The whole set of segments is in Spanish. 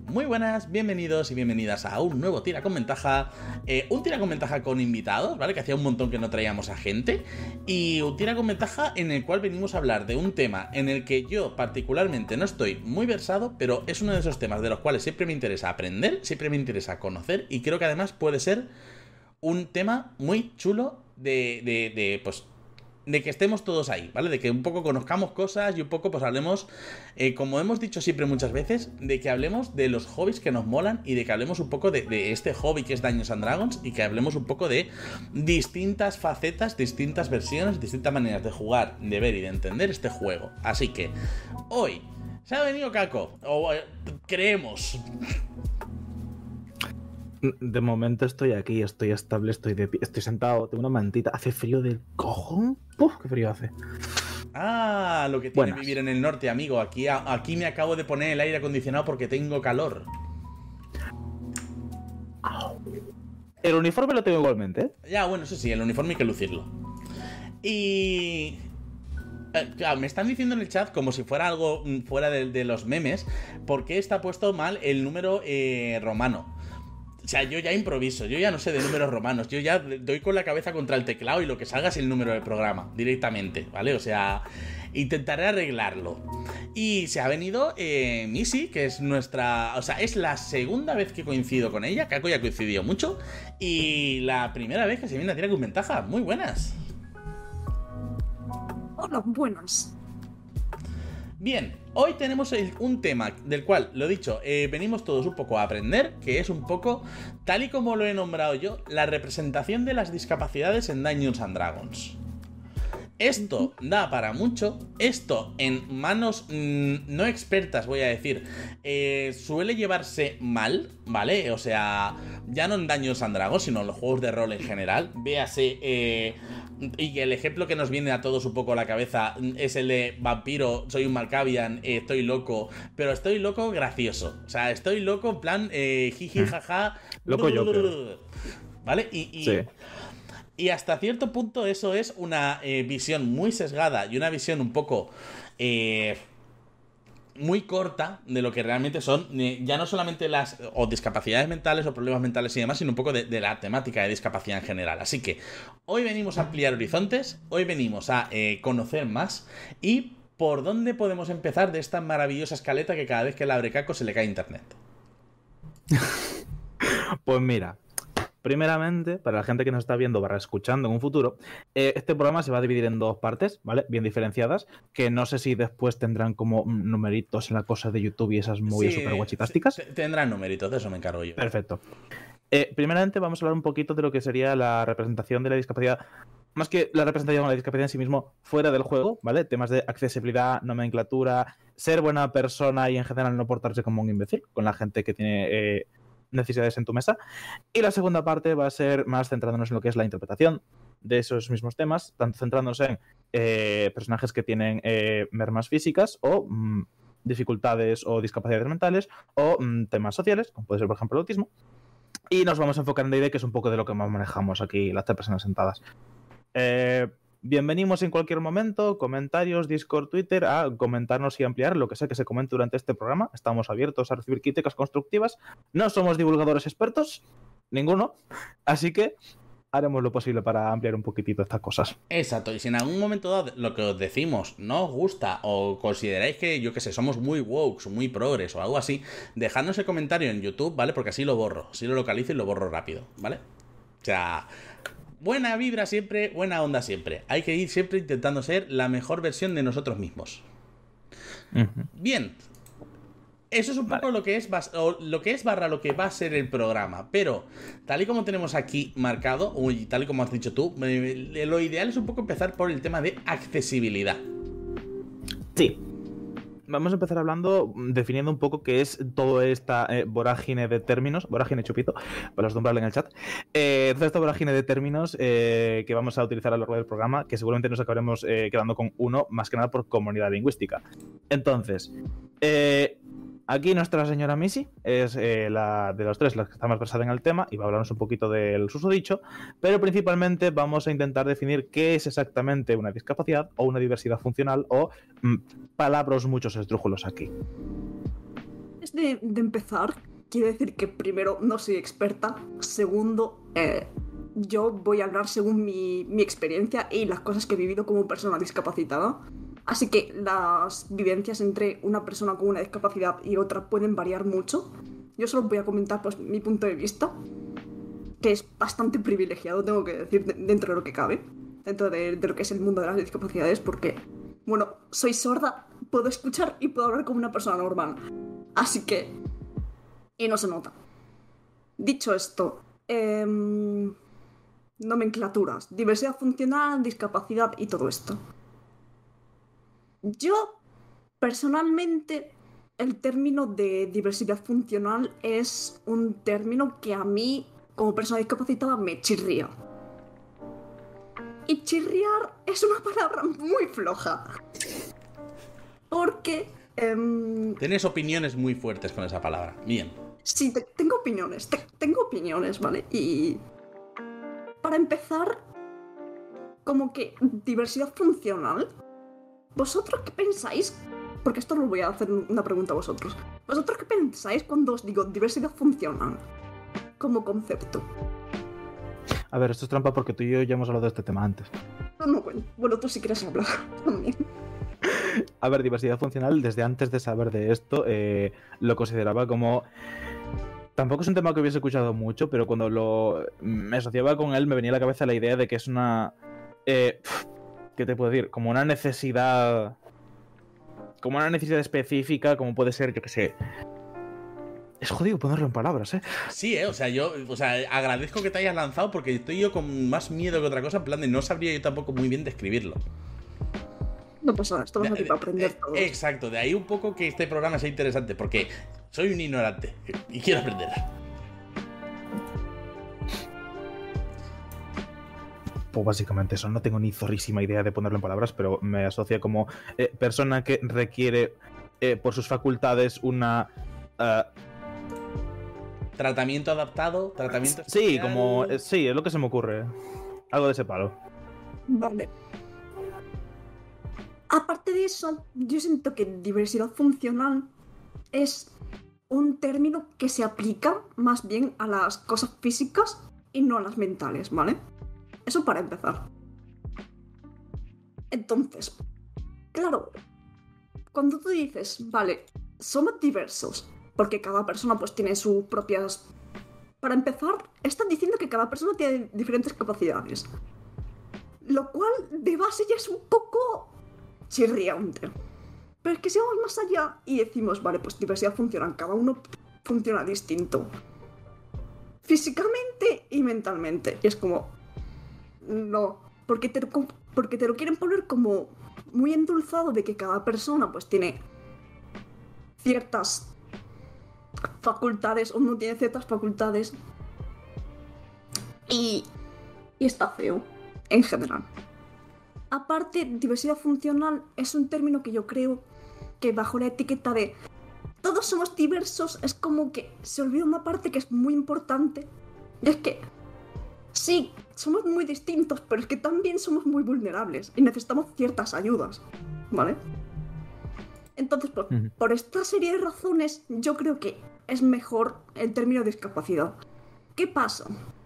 Muy buenas, bienvenidos y bienvenidas a un nuevo Tira con Ventaja. Un Tira con Ventaja con invitados, ¿vale? Que hacía un montón que no traíamos a gente. Y un Tira con Ventaja en el cual venimos a hablar de un tema en el que yo particularmente no estoy muy versado, pero es uno de esos temas de los cuales siempre me interesa aprender, siempre me interesa conocer, y creo que además puede ser un tema muy chulo pues, de que estemos todos ahí, ¿vale? De que un poco conozcamos cosas y un poco pues hablemos, como hemos dicho siempre muchas veces, de que hablemos de los hobbies que nos molan y de que hablemos un poco de este hobby que es Dungeons and Dragons, y que hablemos un poco de distintas facetas, distintas versiones, distintas maneras de jugar, de ver y de entender este juego. Así que hoy se ha venido Caco, o creemos. De momento estoy aquí, estoy estable, estoy de pie, estoy sentado, tengo una mantita. Hace frío del cojón. ¡Puf! ¡Qué frío hace! Ah, lo que tiene vivir en el norte, amigo. Aquí me acabo de poner el aire acondicionado porque tengo calor. El uniforme lo tengo igualmente, ¿eh? Ya, bueno, eso sí, el uniforme hay que lucirlo. Y... claro, me están diciendo en el chat, como si fuera algo fuera de los memes, ¿por qué está puesto mal el número romano? O sea, yo ya improviso, yo ya no sé de números romanos, yo ya doy con la cabeza contra el teclado y lo que salga es el número del programa, directamente, ¿vale? O sea, intentaré arreglarlo. Y se ha venido Missy, que es nuestra... O sea, es la segunda vez que coincido con ella, Caco ya coincidió mucho, y la primera vez que se viene a tirar con ventaja. Muy buenas. Hola, buenas. Bien, hoy tenemos un tema del cual, lo dicho, venimos todos un poco a aprender, que es un poco, tal y como lo he nombrado yo, la representación de las discapacidades en Dungeons and Dragons. Esto da para mucho, esto en manos no expertas, voy a decir, suele llevarse mal, ¿vale? O sea, ya no en Dungeons and Dragons, sino en los juegos de rol en general. Véase, y el ejemplo que nos viene a todos un poco a la cabeza es el de vampiro, soy un Malkavian, estoy loco, pero estoy loco gracioso. O sea, estoy loco en plan, jiji, jaja, loco yo, ¿vale? Sí. Y hasta cierto punto eso es una visión muy sesgada y una visión un poco muy corta de lo que realmente son ya no solamente las o discapacidades mentales o problemas mentales y demás, sino un poco de la temática de discapacidad en general. Así que hoy venimos a ampliar horizontes, hoy venimos a conocer más y por dónde podemos empezar de esta maravillosa escaleta que cada vez que la abre Caco se le cae internet. Pues mira, primeramente, para la gente que nos está viendo / escuchando en un futuro, este programa se va a dividir en dos partes, ¿vale? Bien diferenciadas, que no sé si después tendrán como numeritos en la cosa de YouTube y esas movidas súper guachitásticas. Tendrán numeritos, de eso me encargo yo. Perfecto. Primeramente vamos a hablar un poquito de lo que sería la representación de la discapacidad, más que la representación de la discapacidad en sí mismo fuera del juego, ¿vale? Temas de accesibilidad, nomenclatura, ser buena persona y en general no portarse como un imbécil con la gente que tiene... necesidades en tu mesa. Y la segunda parte va a ser más centrándonos en lo que es la interpretación de esos mismos temas, tanto centrándonos en personajes que tienen mermas físicas o dificultades o discapacidades mentales o temas sociales, como puede ser por ejemplo el autismo, y nos vamos a enfocar en D&D, que es un poco de lo que más manejamos aquí las tres personas sentadas. Bienvenimos en cualquier momento, comentarios, Discord, Twitter, a comentarnos y ampliar lo que sea que se comente durante este programa. Estamos abiertos a recibir críticas constructivas. No somos divulgadores expertos, ninguno, así que haremos lo posible para ampliar un poquitito estas cosas. Exacto, y si en algún momento dado lo que os decimos no os gusta o consideráis que, yo que sé, somos muy woke, muy progres o algo así, dejadnos el comentario en YouTube, ¿vale? Porque así lo borro, así lo localizo y lo borro rápido, ¿vale? O sea... buena vibra siempre, buena onda siempre. Hay que ir siempre intentando ser la mejor versión de nosotros mismos. Bien. Eso es un poco lo que es lo que va a ser el programa. Pero, tal y como tenemos aquí marcado, y tal y como has dicho tú, lo ideal es un poco empezar por el tema de accesibilidad. Sí. Vamos a empezar hablando, definiendo un poco qué es toda esta vorágine de términos, vorágine chupito, para los nombrarlo en el chat, toda esta vorágine de términos que vamos a utilizar a lo largo del programa, que seguramente nos acabaremos quedando con uno, más que nada por comunidad lingüística. Entonces, aquí nuestra señora Missy es la de los tres la que está más versada en el tema y va a hablarnos un poquito del susodicho, pero principalmente vamos a intentar definir qué es exactamente una discapacidad o una diversidad funcional o palabras muchos esdrújulos aquí. Antes de empezar, quiero decir que primero no soy experta, segundo, yo voy a hablar según mi experiencia y las cosas que he vivido como persona discapacitada. Así que las vivencias entre una persona con una discapacidad y otra pueden variar mucho. Yo solo voy a comentar pues, mi punto de vista, que es bastante privilegiado, tengo que decir, dentro de lo que cabe, dentro de lo que es el mundo de las discapacidades, porque, bueno, soy sorda, puedo escuchar y puedo hablar como una persona normal. Así que... Y no se nota. Dicho esto, nomenclaturas, diversidad funcional, discapacidad y todo esto. Yo, personalmente, el término de diversidad funcional es un término que a mí, como persona discapacitada, me chirría. Y chirriar es una palabra muy floja. Porque... Tienes opiniones muy fuertes con esa palabra. Bien. Sí, tengo opiniones. Tengo opiniones, ¿vale? Y... Para empezar, como que diversidad funcional. ¿Vosotros qué pensáis? Porque esto lo voy a hacer una pregunta a vosotros. ¿Vosotros qué pensáis cuando os digo diversidad funcional? Como concepto. A ver, esto es trampa porque tú y yo ya hemos hablado de este tema antes. No, bueno, tú sí quieres hablar también. A ver, diversidad funcional, desde antes de saber de esto, lo consideraba como... Tampoco es un tema que hubiese escuchado mucho, pero cuando me asociaba con él me venía a la cabeza la idea de que es una... ¿qué te puedo decir? Como una necesidad... Como una necesidad específica, como puede ser, yo qué sé... Es jodido ponerlo en palabras, ¿eh? Sí, o sea, agradezco que te hayas lanzado porque estoy yo con más miedo que otra cosa, en plan de no sabría yo tampoco muy bien describirlo. No pasa nada, estamos aquí para aprender todos. Exacto, de ahí un poco que este programa sea interesante, porque soy un ignorante y quiero aprender. Pues básicamente eso, no tengo ni zorrísima idea de ponerlo en palabras, pero me asocia como persona que requiere por sus facultades una... ¿Tratamiento adaptado? ¿Tratamiento especial? Sí, como... sí, es lo que se me ocurre. Algo de ese palo. Vale. Aparte de eso, yo siento que diversidad funcional es un término que se aplica más bien a las cosas físicas y no a las mentales, ¿vale? Eso para empezar. Entonces, claro, cuando tú dices, vale, somos diversos, porque cada persona pues tiene sus propias... Para empezar, estás diciendo que cada persona tiene diferentes capacidades. Lo cual, de base, ya es un poco chirriante. Pero es que si vamos más allá y decimos, vale, pues diversidad funcional, cada uno funciona distinto. Físicamente y mentalmente. Y es como... No, porque te lo quieren poner como muy endulzado de que cada persona pues tiene ciertas facultades o no tiene ciertas facultades y está feo en general. Aparte, diversidad funcional es un término que yo creo que bajo la etiqueta de todos somos diversos es como que se olvida una parte que es muy importante y es que sí, somos muy distintos, pero es que también somos muy vulnerables y necesitamos ciertas ayudas, ¿vale? Entonces, por esta serie de razones, yo creo que es mejor el término discapacidad. ¿Qué pasa?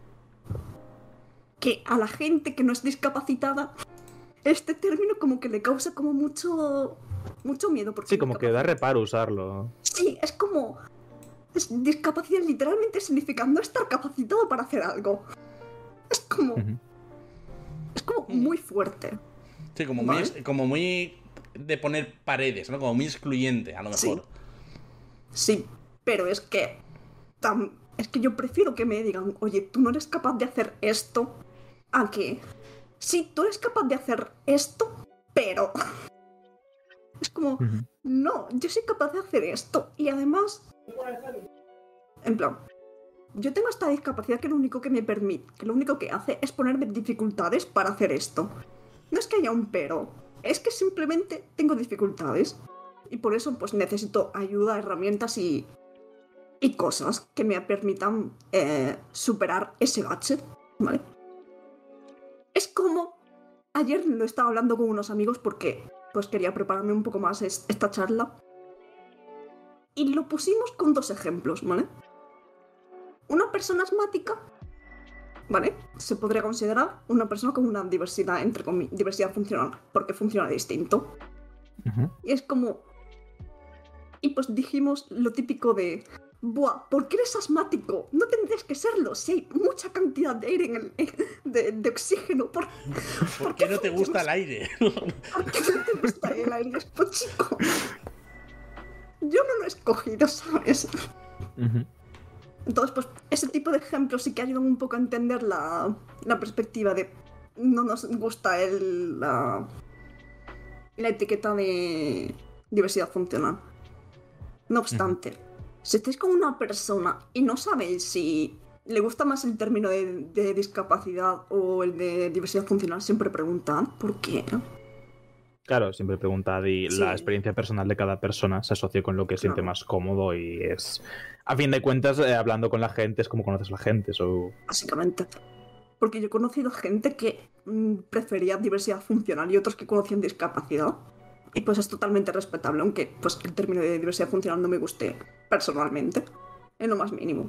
Que a la gente que no es discapacitada, este término como que le causa como mucho miedo. Porque sí, como que da reparo usarlo. Sí, es como... discapacidad literalmente significa no estar capacitado para hacer algo. Es como... Es como muy fuerte. Sí, como, ¿vale? como muy de poner paredes, ¿no? Como muy excluyente, a lo mejor. Sí, pero es que... es que yo prefiero que me digan, oye, tú no eres capaz de hacer esto, a que... Sí, tú eres capaz de hacer esto, pero... Es como... No, yo soy capaz de hacer esto. Y además... En plan... Yo tengo esta discapacidad que lo único que me permite, que lo único que hace es ponerme dificultades para hacer esto. No es que haya un pero, es que simplemente tengo dificultades. Y por eso pues necesito ayuda, herramientas y cosas que me permitan superar ese bache, ¿vale? Es como... Ayer lo estaba hablando con unos amigos porque pues quería prepararme un poco más esta charla. Y lo pusimos con 2 ejemplos, ¿vale? Una persona asmática, ¿vale? Se podría considerar una persona con una diversidad, entre comillas, diversidad funcional, porque funciona distinto. Y es como... Y pues dijimos lo típico de... Buah, ¿por qué eres asmático? No tendrías que serlo, si hay mucha cantidad de aire de oxígeno. ¿Por qué no te gusta el aire? ¿Por qué no te gusta el aire? Pues chico, yo no lo he escogido, ¿sabes? Entonces, pues, ese tipo de ejemplos sí que ayudan un poco a entender la perspectiva de no nos gusta la etiqueta de diversidad funcional. No obstante, si estáis con una persona y no sabéis si le gusta más el término de discapacidad o el de diversidad funcional, siempre preguntad por qué. Claro, siempre preguntad y Sí. la experiencia personal de cada persona se asocia con lo que siente más cómodo y es... A fin de cuentas, hablando con la gente es como conoces a la gente. Básicamente. Porque yo he conocido gente que prefería diversidad funcional y otros que conocían discapacidad. Y pues es totalmente respetable, aunque pues el término de diversidad funcional no me guste personalmente, en lo más mínimo.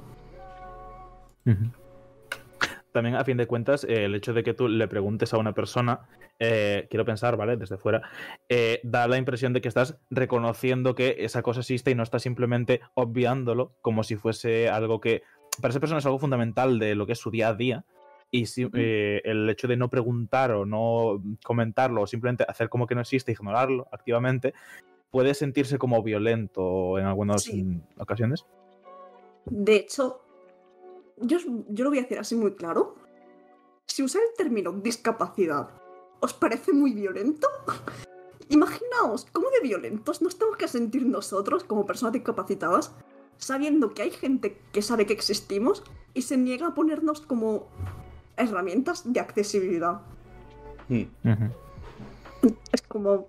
También, a fin de cuentas, el hecho de que tú le preguntes a una persona, quiero pensar, ¿vale? Desde fuera, da la impresión de que estás reconociendo que esa cosa existe y no estás simplemente obviándolo como si fuese algo que para esa persona es algo fundamental de lo que es su día a día. Y si, el hecho de no preguntar o no comentarlo o simplemente hacer como que no existe e ignorarlo activamente puede sentirse como violento en algunas ocasiones. De hecho, yo lo voy a decir así muy claro. Si usar el término discapacidad os parece muy violento, imaginaos cómo de violentos nos tenemos que sentir nosotros como personas discapacitadas sabiendo que hay gente que sabe que existimos y se niega a ponernos como herramientas de accesibilidad. Es como...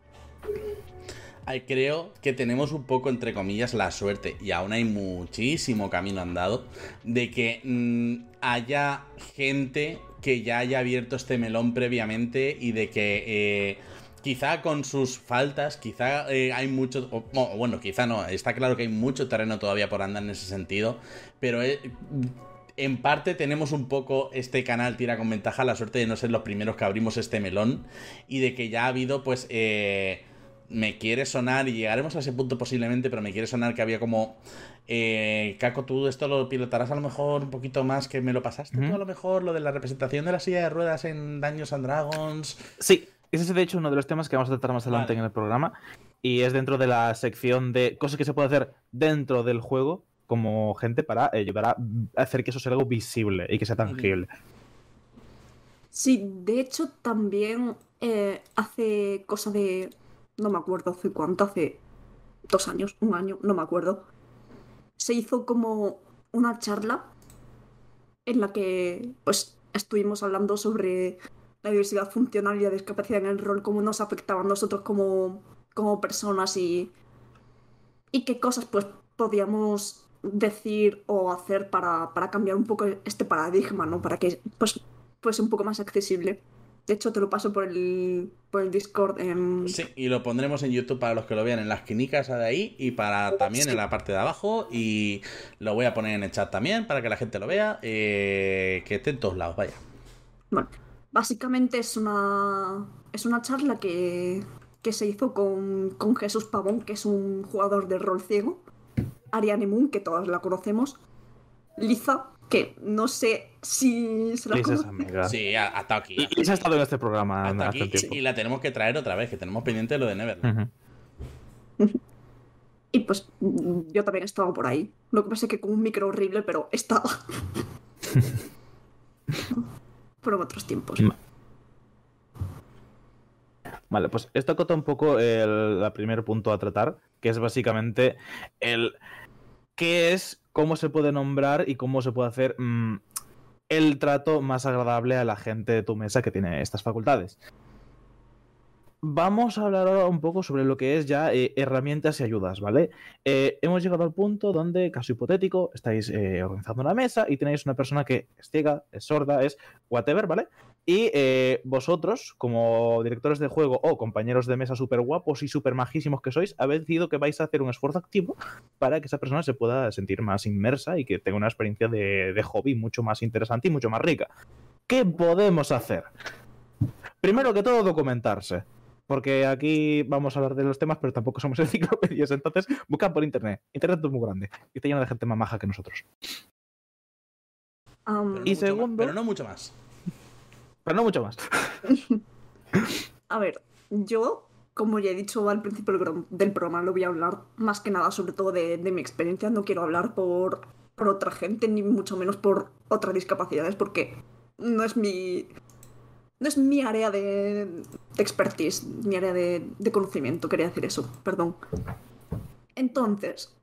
Creo que tenemos un poco, entre comillas, la suerte, y aún hay muchísimo camino andado, de que haya gente que ya haya abierto este melón previamente y de que quizá con sus faltas, quizá hay mucho... bueno, quizá no, está claro que hay mucho terreno todavía por andar en ese sentido, pero... en parte tenemos un poco este canal Tira con Ventaja, la suerte de no ser los primeros que abrimos este melón y de que ya ha habido, pues, me quiere sonar, y llegaremos a ese punto posiblemente, pero me quiere sonar que había como... Caco, tú esto lo pilotarás a lo mejor un poquito más que me lo pasaste tú, a lo mejor, lo de la representación de la silla de ruedas en Dungeons and Dragons. Sí, ese es de hecho uno de los temas que vamos a tratar más adelante en el programa y es dentro de la sección de cosas que se puede hacer dentro del juego como gente para ayudar a hacer que eso sea algo visible y que sea tangible. Sí, de hecho también hace cosa de... No me acuerdo hace cuánto, hace 2 años, 1 año, no me acuerdo. Se hizo como una charla en la que pues estuvimos hablando sobre la diversidad funcional y la discapacidad en el rol, cómo nos afectaba a nosotros como personas y qué cosas pues podíamos decir o hacer para cambiar un poco este paradigma, ¿no? Para que pues fuese un poco más accesible. De hecho, te lo paso por el Discord. Sí, y lo pondremos en YouTube para los que lo vean en las quinicas de ahí y para también en la parte de abajo. Y lo voy a poner en el chat también para que la gente lo vea. Que esté en todos lados, vaya. Bueno, básicamente es una charla que se hizo con Jesús Pavón, que es un jugador de rol ciego. Ariane Moon, que todas la conocemos. Liza, que no sé si se la Lisa es conoce. amiga. Sí, hasta aquí. Y Lisa ha estado en este programa hasta hace aquí, tiempo. y la tenemos que traer otra vez, que tenemos pendiente lo de Neverland. Y pues yo también he estado por ahí. Lo que pasa es que con un micro horrible, pero estaba. Fueron otros tiempos. Vale, pues esto acota un poco el primer punto a tratar, que es básicamente el qué es, cómo se puede nombrar y cómo se puede hacer el trato más agradable a la gente de tu mesa que tiene estas facultades. Vamos a hablar ahora un poco sobre lo que es ya herramientas y ayudas, ¿vale? Hemos llegado al punto donde, caso hipotético, estáis organizando una mesa y tenéis una persona que es ciega, es sorda, es whatever, ¿vale? Y vosotros, como directores de juego o compañeros de mesa súper guapos y súper majísimos que sois, habéis decidido que vais a hacer un esfuerzo activo para que esa persona se pueda sentir más inmersa y que tenga una experiencia de hobby mucho más interesante y mucho más rica. ¿Qué podemos hacer? Primero que todo, documentarse. Porque aquí vamos a hablar de los temas, pero tampoco somos enciclopedias. Entonces, busca por internet. Internet es muy grande y está lleno de gente más maja que nosotros. Y segundo... Pero no mucho más. Pero no mucho más. A ver, yo, como ya he dicho al principio del programa, lo voy a hablar más que nada sobre todo de mi experiencia. No quiero hablar por otra gente, ni mucho menos por otras discapacidades, porque no es mi área de expertise, mi área de conocimiento, quería decir eso, perdón. Entonces,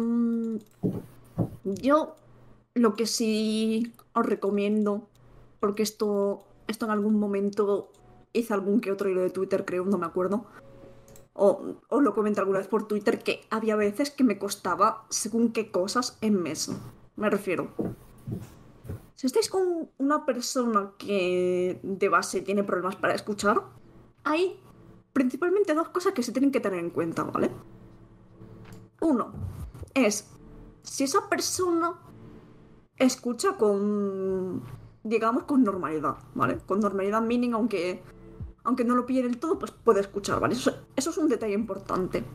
yo lo que sí os recomiendo, porque esto en algún momento hice algún que otro hilo de Twitter, creo, no me acuerdo, o lo comenté alguna vez por Twitter, que había veces que me costaba según qué cosas en mesa. Me refiero, si estáis con una persona que de base tiene problemas para escuchar, hay principalmente dos cosas que se tienen que tener en cuenta, ¿vale? Uno es si esa persona escucha digamos, con normalidad, ¿vale? Con normalidad mínima, aunque no lo pille del todo, pues puede escuchar, ¿vale? Eso es un detalle importante.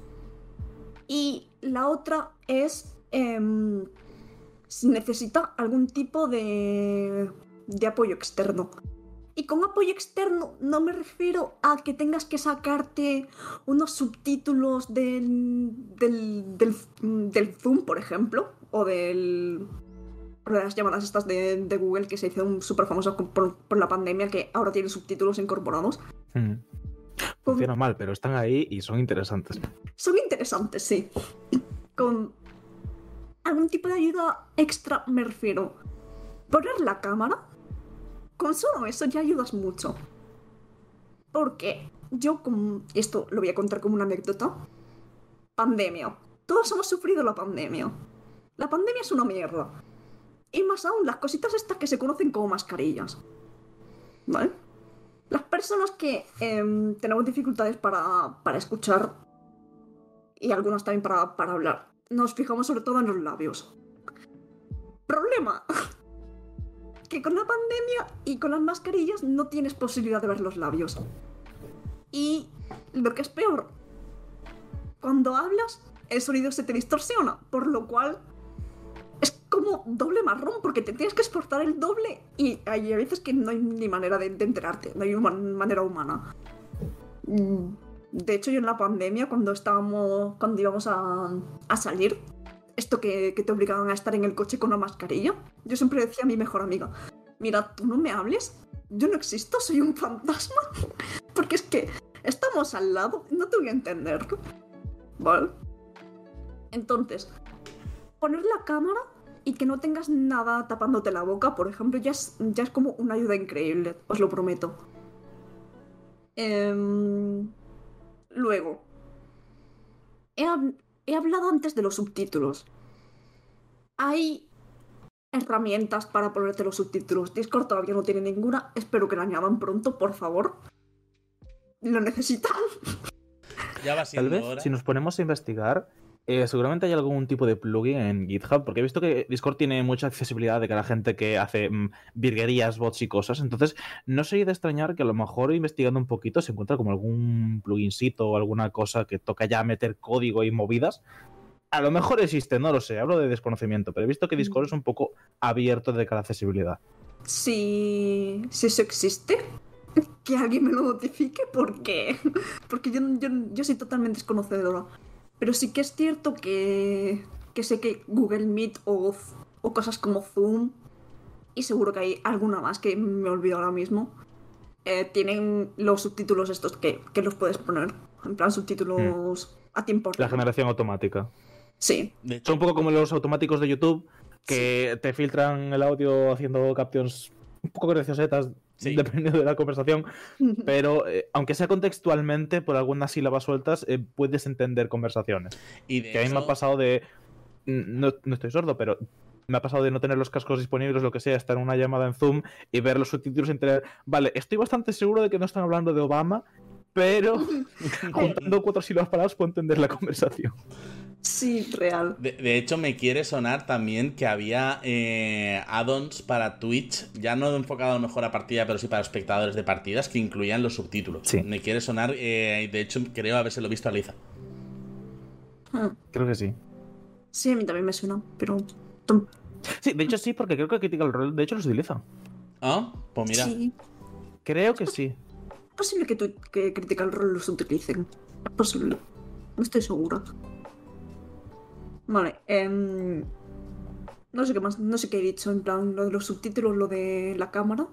Y la otra es si necesita algún tipo de apoyo externo. Y con apoyo externo no me refiero a que tengas que sacarte unos subtítulos del Zoom, por ejemplo, o de las llamadas estas de Google que se hicieron súper famosas por la pandemia, que ahora tienen subtítulos incorporados. Funcionan mal, pero están ahí y son interesantes. Son interesantes, sí. Con algún tipo de ayuda extra me refiero. Poner la cámara, con solo eso ya ayudas mucho. Porque yo, esto lo voy a contar como una anécdota. Pandemia. Todos hemos sufrido la pandemia. La pandemia es una mierda. Y más aún, las cositas estas que se conocen como mascarillas. ¿Vale? Las personas que tenemos dificultades para escuchar y algunas también para hablar, nos fijamos sobre todo en los labios. Problema. Que con la pandemia y con las mascarillas no tienes posibilidad de ver los labios. Y lo que es peor, cuando hablas, el sonido se te distorsiona, por lo cual es como doble marrón, porque te tienes que esforzar el doble y hay a veces que no hay ni manera de enterarte, no hay manera humana. De hecho, yo en la pandemia, cuando íbamos a salir, esto que te obligaban a estar en el coche con una mascarilla, yo siempre decía a mi mejor amiga, mira, tú no me hables, yo no existo, soy un fantasma, porque es que estamos al lado, no te voy a entender, ¿vale? Entonces, poner la cámara y que no tengas nada tapándote la boca, por ejemplo, ya es como una ayuda increíble, os lo prometo. Luego, he hablado antes de los subtítulos. Hay herramientas para ponerte los subtítulos. Discord todavía no tiene ninguna. Espero que la añadan pronto, por favor. Lo necesitan. Ya va siendo Tal vez, hora. si nos ponemos a investigar, seguramente hay algún tipo de plugin en GitHub, porque he visto que Discord tiene mucha accesibilidad de cara a gente que hace virguerías, bots y cosas. Entonces, no sería de extrañar que a lo mejor investigando un poquito se encuentra como algún plugincito o alguna cosa que toca ya meter código y movidas. A lo mejor existe, no lo sé, hablo de desconocimiento, pero he visto que Discord es un poco abierto de cara a accesibilidad. Si eso existe, que alguien me lo notifique, porque yo soy totalmente desconocedora. Pero sí que es cierto que sé que Google Meet o cosas como Zoom, y seguro que hay alguna más que me olvido ahora mismo, tienen los subtítulos estos que los puedes poner. En plan, subtítulos a tiempo real. La generación automática. Sí. De hecho, Son un poco como los automáticos de YouTube que te filtran el audio haciendo captions un poco graciosetas, Sí. dependiendo de la conversación, pero aunque sea contextualmente, por algunas sílabas sueltas, puedes entender conversaciones. y de Que a mí me ha hecho, pasado de... No estoy sordo, pero Me ha pasado de no tener los cascos disponibles, lo que sea, estar en una llamada en Zoom y ver los subtítulos sin tener... Vale, estoy bastante seguro de que no están hablando de Obama, pero juntando 4 sílabas palabras puedo entender la conversación. Sí, real. De hecho, me quiere sonar también que había add-ons para Twitch, ya no enfocado a lo mejor a partida, pero sí para espectadores de partidas, que incluían los subtítulos. Sí. Me quiere sonar, de hecho, creo habérselo visto a Liza. Creo que sí. Sí, a mí también me suena, pero... Sí, de hecho sí, porque creo que Critical Role de hecho los utiliza. Ah, pues mira. Sí, Creo que sí. es posible que Critical Role los utilicen. Es posible. No estoy segura. Vale, no sé qué más, no sé qué he dicho, en plan, lo de los subtítulos, lo de la cámara.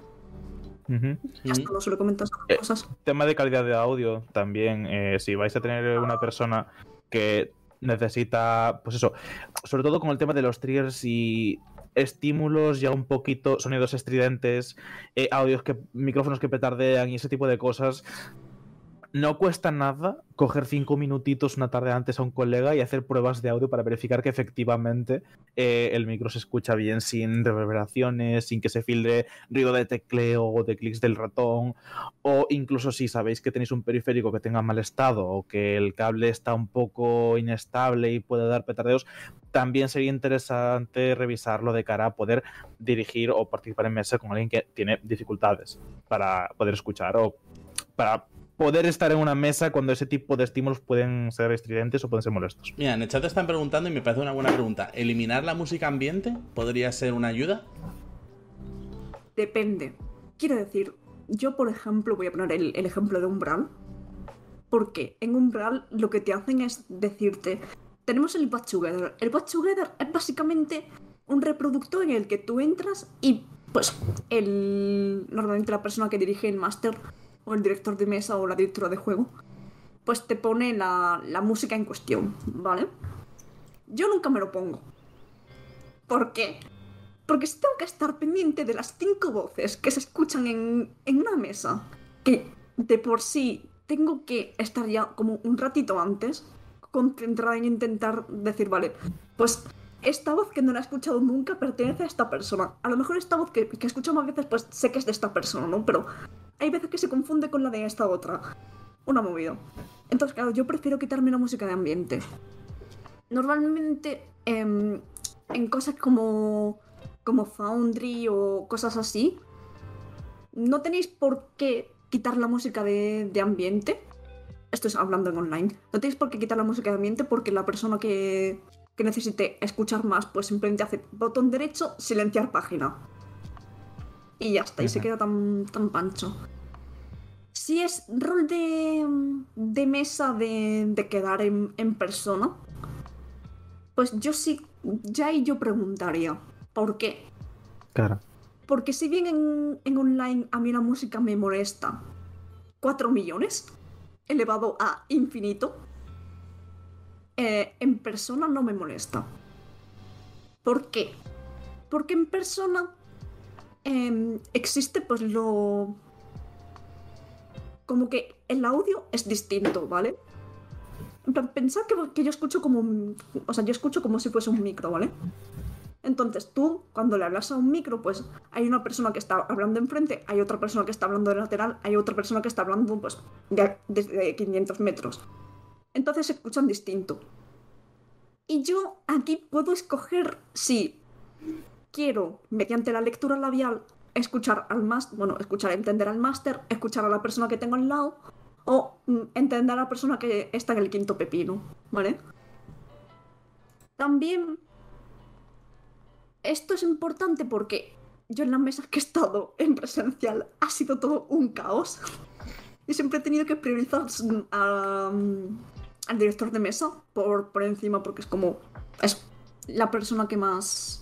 Ujú. Ya está, no suele comentar esas cosas. Tema de calidad de audio también. Si vais a tener una persona que necesita, pues eso, sobre todo con el tema de los triggers y estímulos ya un poquito, sonidos estridentes, micrófonos que petardean y ese tipo de cosas. No cuesta nada coger 5 minutitos una tarde antes a un colega y hacer pruebas de audio para verificar que efectivamente el micro se escucha bien sin reverberaciones, sin que se filtre ruido de tecleo o de clics del ratón, o incluso si sabéis que tenéis un periférico que tenga mal estado o que el cable está un poco inestable y puede dar petardeos, también sería interesante revisarlo de cara a poder dirigir o participar en mesa con alguien que tiene dificultades para poder escuchar o para poder estar en una mesa cuando ese tipo de estímulos pueden ser estridentes o pueden ser molestos. Mira, en el chat te están preguntando y me parece una buena pregunta. ¿Eliminar la música ambiente podría ser una ayuda? Depende. Quiero decir, yo por ejemplo voy a poner el ejemplo de Umbral. Porque en Umbral lo que te hacen es decirte, tenemos el Batch Together. El Batch Together es básicamente un reproductor en el que tú entras y pues normalmente la persona que dirige el máster o el director de mesa o la directora de juego, pues te pone la música en cuestión, ¿vale? Yo nunca me lo pongo. ¿Por qué? Porque si tengo que estar pendiente de las 5 voces que se escuchan en una mesa, que de por sí tengo que estar ya como un ratito antes, concentrada en intentar decir, vale, pues esta voz que no la he escuchado nunca pertenece a esta persona. A lo mejor esta voz que he escuchado más veces, pues sé que es de esta persona, ¿no? Pero hay veces que se confunde con la de esta otra. Una movida. Entonces, claro, yo prefiero quitarme la música de ambiente. Normalmente, en cosas como Foundry o cosas así, no tenéis por qué quitar la música de ambiente. Esto es hablando en online. No tenéis por qué quitar la música de ambiente porque la persona que necesite escuchar más, pues simplemente hace botón derecho, silenciar página. Y ya está, y se queda tan pancho. Si es rol de mesa de quedar en persona, pues yo sí, ya ahí yo preguntaría, ¿por qué? Claro. Porque si bien en online a mí la música me molesta 4 millones, elevado a infinito, en persona no me molesta. ¿Por qué? Porque en persona existe pues como que el audio es distinto, ¿vale? En plan, pensad que yo escucho como yo escucho como si fuese un micro, ¿vale? Entonces tú, cuando le hablas a un micro, pues hay una persona que está hablando enfrente, hay otra persona que está hablando de lateral, hay otra persona que está hablando pues desde 500 metros. Entonces se escuchan distinto. Y yo aquí puedo escoger si quiero, mediante la lectura labial, entender al máster, escuchar a la persona que tengo al lado, o entender a la persona que está en el quinto pepino, ¿vale? También esto es importante porque yo en las mesas que he estado en presencial ha sido todo un caos. Y siempre he tenido que priorizar al director de mesa por encima porque es la persona que más...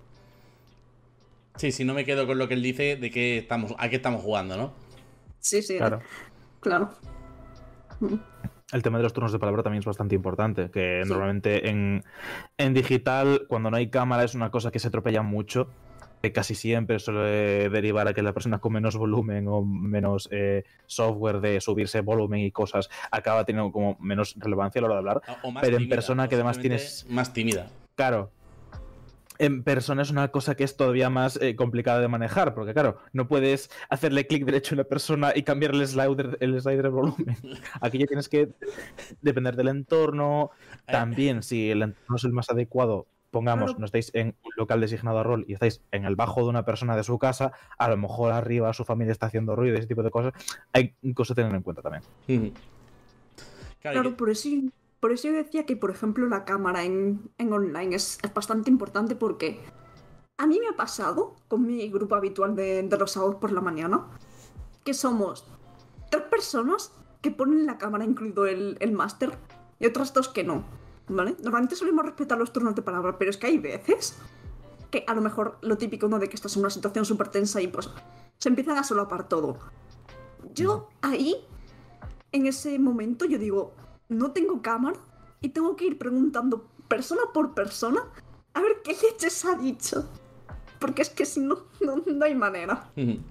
Sí, si no me quedo con lo que él dice de a qué estamos jugando, ¿no? Sí, Claro. Claro. El tema de los turnos de palabra también es bastante importante, que Sí. Normalmente en digital, cuando no hay cámara, es una cosa que se atropella mucho, que casi siempre suele derivar a que la persona con menos volumen o menos software de subirse volumen y cosas acaba teniendo como menos relevancia a la hora de hablar, O más pero tímida, en persona o que además simplemente tienes... más tímida. Claro. en persona es una cosa que es todavía más complicada de manejar, porque claro, no puedes hacerle clic derecho a una persona y cambiarle el slider de volumen. Aquí ya tienes que depender del entorno. También, si el entorno es el más adecuado, pongamos, Claro. no estáis en un local designado a rol y estáis en el bajo de una persona de su casa, a lo mejor arriba su familia está haciendo ruido, ese tipo de cosas. Hay cosas a tener en cuenta también. Claro, Claro, por eso yo decía que, por ejemplo, la cámara en online es bastante importante porque a mí me ha pasado con mi grupo habitual de los sábados por la mañana que somos 3 personas que ponen la cámara, incluido el máster, y otras 2 que no, ¿vale? Normalmente solemos respetar los turnos de palabra, pero es que hay veces que a lo mejor lo típico, ¿no? De que estás en una situación súper tensa y pues se empiezan a solapar todo. Yo ahí, en ese momento, yo digo, no tengo cámara y tengo que ir preguntando persona por persona a ver qué leches ha dicho. Porque es que si no, no hay manera.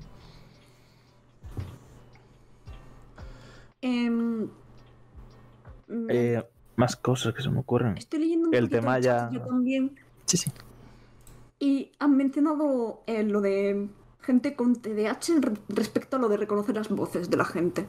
Em, Más cosas que se me ocurren. Estoy leyendo un El poquito tema el chat ya... yo también. Sí. Y han mencionado lo de gente con TDAH respecto a lo de reconocer las voces de la gente.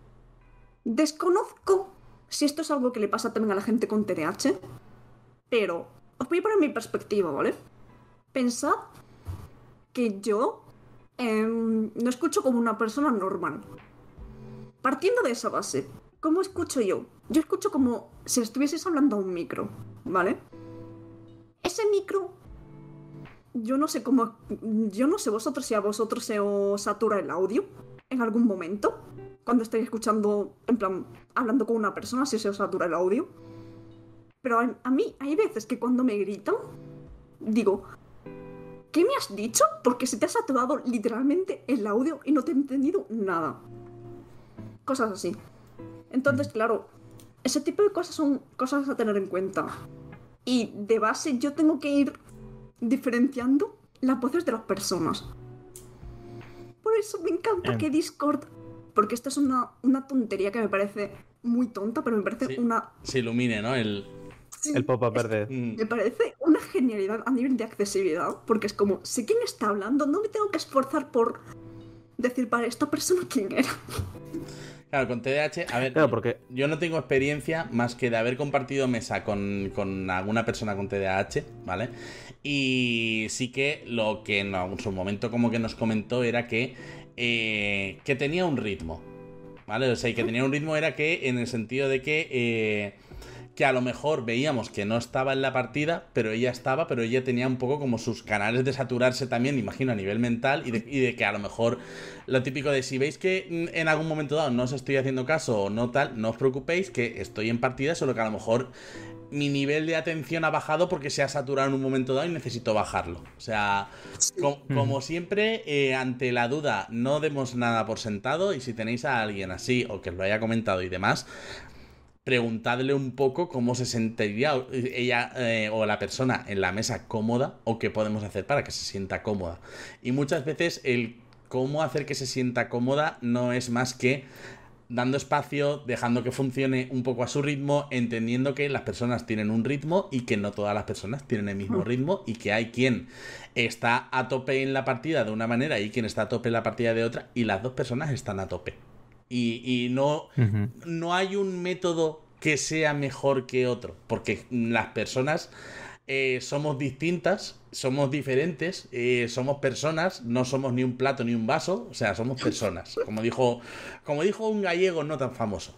Desconozco si esto es algo que le pasa también a la gente con TDAH, pero os voy a poner mi perspectiva, ¿vale? Pensad que yo no escucho como una persona normal. Partiendo de esa base, ¿cómo escucho yo? Yo escucho como si estuvieses hablando a un micro, ¿vale? Ese micro, yo no sé vosotros si a vosotros se os satura el audio en algún momento, cuando estáis escuchando, en plan, hablando con una persona, si se os satura el audio. Pero a mí hay veces que cuando me gritan, digo, ¿qué me has dicho? Porque se te ha saturado literalmente el audio y no te he entendido nada. Cosas así. Entonces, claro, ese tipo de cosas son cosas a tener en cuenta. Y de base yo tengo que ir diferenciando las voces de las personas. Por eso me encanta que Discord... Porque esto es una tontería que me parece muy tonta, pero me parece una... Se ilumine, ¿no? El pop-up verde. Me parece una genialidad a nivel de accesibilidad, porque es como, sé quién está hablando, no me tengo que esforzar por decir para esta persona quién era. Claro, con TDAH, a ver, claro, porque... yo no tengo experiencia más que de haber compartido mesa con alguna persona con TDAH, ¿vale? Y sí que lo que en su momento como que nos comentó era que tenía un ritmo, ¿vale? O sea, y que tenía un ritmo era que en el sentido de que a lo mejor veíamos que no estaba en la partida, pero ella tenía un poco como sus canales de saturarse también, imagino, a nivel mental, y de que a lo mejor lo típico de si veis que en algún momento dado no os estoy haciendo caso o no tal, no os preocupéis que estoy en partida, solo que a lo mejor mi nivel de atención ha bajado porque se ha saturado en un momento dado y necesito bajarlo. O sea, como siempre, ante la duda, no demos nada por sentado, y si tenéis a alguien así o que os lo haya comentado y demás, preguntadle un poco cómo se sentiría ella o la persona en la mesa cómoda, o qué podemos hacer para que se sienta cómoda. Y muchas veces el cómo hacer que se sienta cómoda no es más que dando espacio, dejando que funcione un poco a su ritmo, entendiendo que las personas tienen un ritmo y que no todas las personas tienen el mismo ritmo, y que hay quien está a tope en la partida de una manera y quien está a tope en la partida de otra, y las dos personas están a tope. Y no hay un método que sea mejor que otro, porque las personas somos distintas, somos diferentes, somos personas, no somos ni un plato ni un vaso, o sea, somos personas, como dijo un gallego no tan famoso.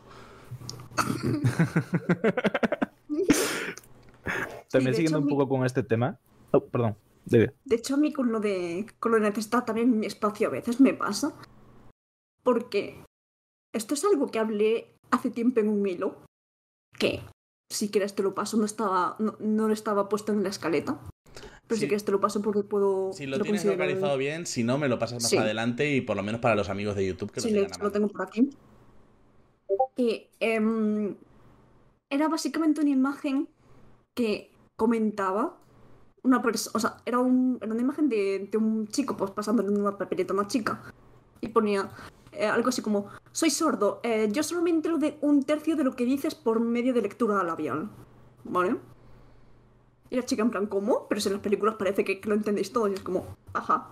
También siguiendo un poco con este tema. Oh, perdón, David. De hecho, a mí con lo de necesitar también mi espacio a veces me pasa, porque esto es algo que hablé hace tiempo en un hilo, que si quieres te lo paso, no estaba puesto en la escaleta, pero si quieres te lo paso porque puedo... Si lo tienes localizado bien, si no me lo pasas más adelante, y por lo menos para los amigos de YouTube que lo tengan a mano. Lo tengo por aquí. Que era básicamente una imagen que comentaba una persona, o sea, era una imagen de un chico pues pasándole una papeleta a una chica y ponía algo así como: soy sordo, yo solamente lo de 1/3 de lo que dices por medio de lectura labial, ¿vale? Y la chica en plan, ¿cómo? Pero si en las películas parece que lo entendéis todo y es como, ajá.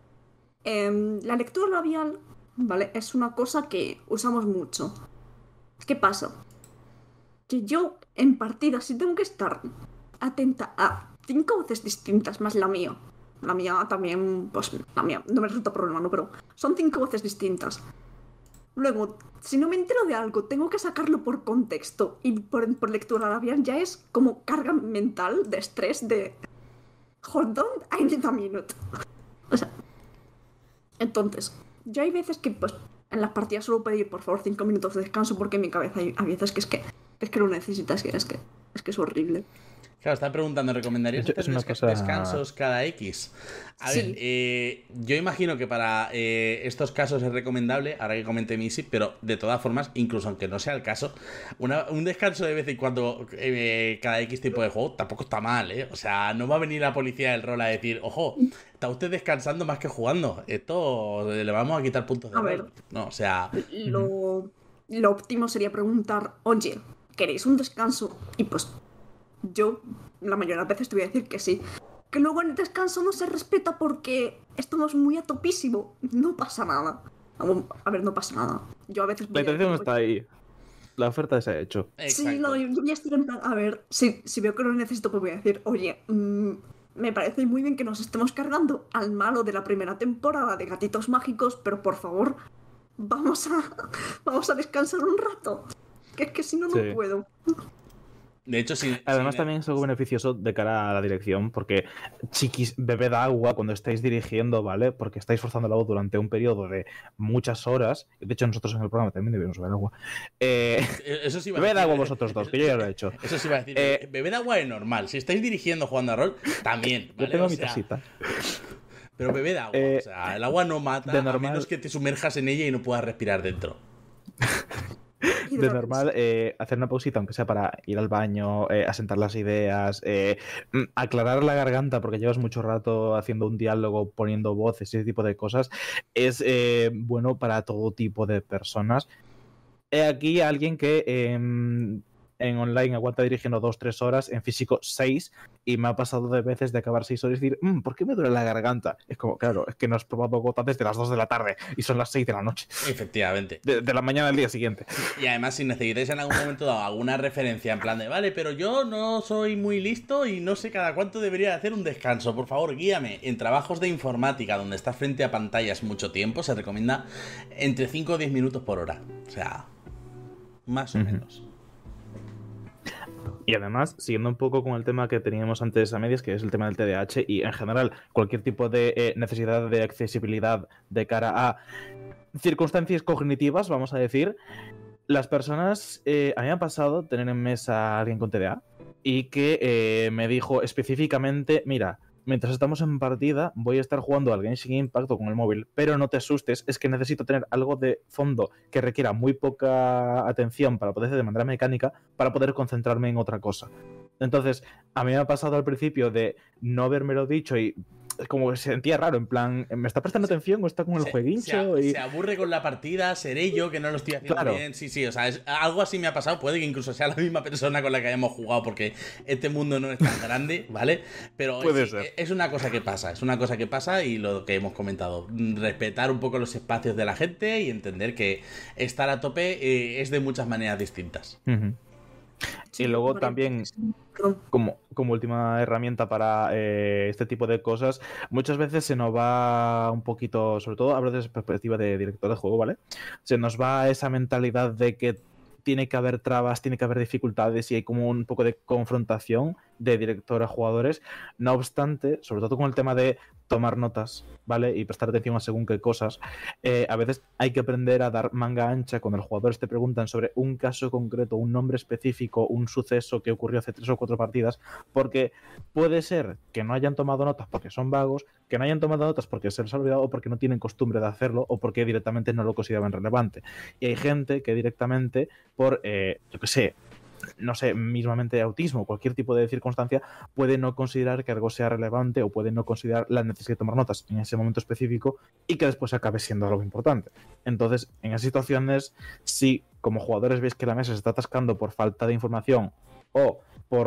La lectura labial, ¿vale? Es una cosa que usamos mucho. ¿Qué pasa? Que yo en partidas sí tengo que estar atenta a 5 voces distintas más la mía. La mía también, pues la mía no me resulta problema, ¿no? Pero son 5 voces distintas. Luego, si no me entero de algo, tengo que sacarlo por contexto y por lectura labial ya es como carga mental de estrés de... Hold on, I need a minute. O sea, entonces, yo hay veces que pues en las partidas suelo pedir por favor 5 minutos de descanso porque en mi cabeza hay veces que es que lo necesitas, es que es horrible. Claro, estaba preguntando, ¿recomendarías hacer descansos cada X? A Sí. ver, yo imagino que para estos casos es recomendable, ahora que comente Missy, pero de todas formas, incluso aunque no sea el caso, un descanso de vez en cuando cada X tipo de juego tampoco está mal, ¿eh? O sea, no va a venir la policía del rol a decir, ojo, está usted descansando más que jugando, esto le vamos a quitar puntos de A ver. rol. No, o sea... Lo óptimo sería preguntar, oye, ¿queréis un descanso? Y pues yo la mayoría de las veces te voy a decir que sí. Que luego en el descanso no se respeta porque estamos muy a topísimo. No pasa nada. A ver, no pasa nada. Yo a veces... La intención está ahí. La oferta se ha hecho. Exacto. Sí, no, yo voy a estar en plan, a ver, si veo que lo necesito, pues voy a decir, oye, me parece muy bien que nos estemos cargando al malo de la primera temporada de Gatitos Mágicos, pero por favor, vamos a descansar un rato. Que es que si no, no Sí. puedo. De hecho, sí. Además, también es algo beneficioso de cara a la dirección, porque chiquis, bebed agua cuando estáis dirigiendo, ¿vale? Porque estáis forzando la voz durante un periodo de muchas horas. De hecho, nosotros en el programa también debemos beber agua. Eso sí va a Bebed decir, agua vosotros dos, que yo ya lo he hecho. Eso sí va a decir. Bebed agua es normal. Si estáis dirigiendo jugando a rol, también. ¿vale? Yo tengo O mi sea, tacita. pero bebed agua. O sea, el agua no mata de a normal- menos que te sumerjas en ella y no puedas respirar dentro. De normal, hacer una pausita, aunque sea para ir al baño, asentar las ideas, aclarar la garganta, porque llevas mucho rato haciendo un diálogo, poniendo voces y ese tipo de cosas, es bueno para todo tipo de personas. He aquí alguien que en online aguanta dirigiendo 2-3 horas, en físico 6, y me ha pasado de veces de acabar 6 horas y decir, ¿por qué me duele la garganta? Es como, claro, es que no has probado gota desde las 2 de la tarde y son las 6 de la noche. Efectivamente. De la mañana del día siguiente. Y además, si necesitáis en algún momento dado alguna referencia en plan de, vale, pero yo no soy muy listo y no sé cada cuánto debería hacer un descanso, por favor, guíame. En trabajos de informática donde estás frente a pantallas mucho tiempo, se recomienda entre 5 o 10 minutos por hora. O sea, más o menos. Y además, siguiendo un poco con el tema que teníamos antes a medias, que es el tema del TDAH y en general cualquier tipo de necesidad de accesibilidad de cara a circunstancias cognitivas, vamos a decir, las personas, a mí me ha pasado tener en mesa a alguien con TDA y que me dijo específicamente, mira, mientras estamos en partida voy a estar jugando al Genshin Impact con el móvil, pero no te asustes, es que necesito tener algo de fondo que requiera muy poca atención para poder hacer de manera mecánica, para poder concentrarme en otra cosa. Entonces, a mí me ha pasado al principio de no habérmelo dicho y como que se sentía raro, en plan, ¿me está prestando atención o está con el jueguincho? Se aburre con la partida, seré yo que no lo estoy haciendo Claro. bien. Sí, o sea, algo así me ha pasado. Puede que incluso sea la misma persona con la que hayamos jugado, porque este mundo no es tan grande, ¿vale? Pero Puede sí, ser. es una cosa que pasa, y lo que hemos comentado, respetar un poco los espacios de la gente y entender que estar a tope es de muchas maneras distintas. Uh-huh. Sí, Y luego vale, también, perdón. como última herramienta para este tipo de cosas, muchas veces se nos va un poquito, sobre todo hablo desde perspectiva de director de juego, ¿vale? Se nos va esa mentalidad de que tiene que haber trabas, tiene que haber dificultades y hay como un poco de confrontación de director a jugadores. No obstante, sobre todo con el tema de tomar notas, ¿vale? Y prestar atención a según qué cosas, a veces hay que aprender a dar manga ancha cuando los jugadores te preguntan sobre un caso concreto, un nombre específico, un suceso que ocurrió hace 3 o 4 partidas, porque puede ser que no hayan tomado notas porque son vagos, que no hayan tomado notas porque se les ha olvidado o porque no tienen costumbre de hacerlo o porque directamente no lo consideraban relevante. Y hay gente que directamente por, yo qué sé, no sé, mismamente autismo, cualquier tipo de circunstancia, puede no considerar que algo sea relevante o puede no considerar la necesidad de tomar notas en ese momento específico y que después acabe siendo algo importante. Entonces, en esas situaciones, si como jugadores veis que la mesa se está atascando por falta de información o por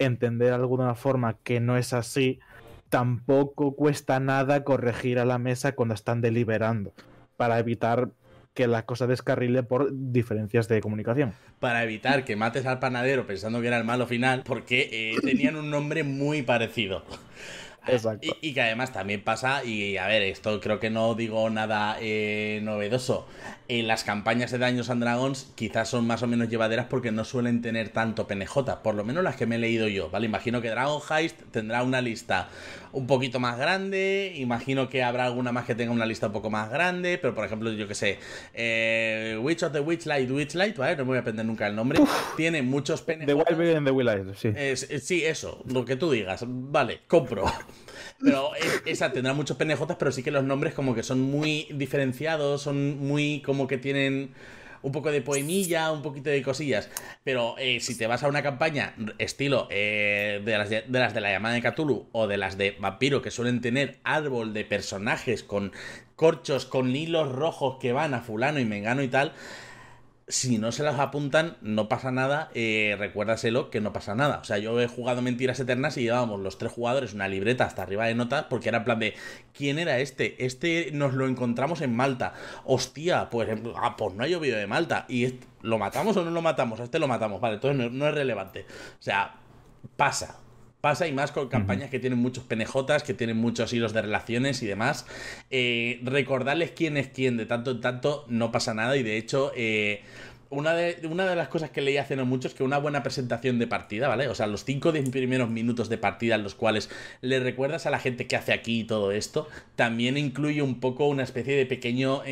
entender de alguna forma que no es así, tampoco cuesta nada corregir a la mesa cuando están deliberando, para evitar que la cosa descarrile por diferencias de comunicación. Para evitar que mates al panadero pensando que era el malo final, porque tenían un nombre muy parecido. Exacto. Y que además también pasa, y a ver, esto creo que no digo nada novedoso, las campañas de Dungeons and Dragons quizás son más o menos llevaderas porque no suelen tener tanto PNJ, por lo menos las que me he leído yo, ¿vale? Imagino que Dragon Heist tendrá una lista un poquito más grande, imagino que habrá alguna más que tenga una lista un poco más grande, pero por ejemplo, yo que sé, Witch of the Witchlight, ¿vale? No me voy a aprender nunca el nombre, tiene muchos PNJ. The Wild Bear and the Will Eyes, sí. Sí, eso, lo que tú digas, vale, compro. Pero esa tendrá muchos PNJs, pero sí que los nombres como que son muy diferenciados, son muy como que tienen un poco de poemilla, un poquito de cosillas. Pero si te vas a una campaña estilo de las de la llamada de Cthulhu o de las de vampiro, que suelen tener árbol de personajes con corchos, con hilos rojos que van a fulano y mengano y tal, si no se las apuntan, no pasa nada, recuérdaselo que no pasa nada. O sea, yo he jugado Mentiras Eternas y llevábamos los 3 jugadores una libreta hasta arriba de notas porque era en plan de, ¿quién era este? Este nos lo encontramos en Malta. Hostia, pues no ha llovido de Malta. ¿Y lo matamos o no lo matamos? A este lo matamos, vale, entonces no es relevante. O sea, pasa y más con campañas que tienen muchos PNJs, que tienen muchos hilos de relaciones y demás. Recordarles quién es quién de tanto en tanto no pasa nada. Y de hecho, una de las cosas que leí hace no mucho es que una buena presentación de partida, ¿vale? O sea, los 5-10 primeros minutos de partida en los cuales le recuerdas a la gente qué hace aquí y todo esto, también incluye un poco una especie de pequeño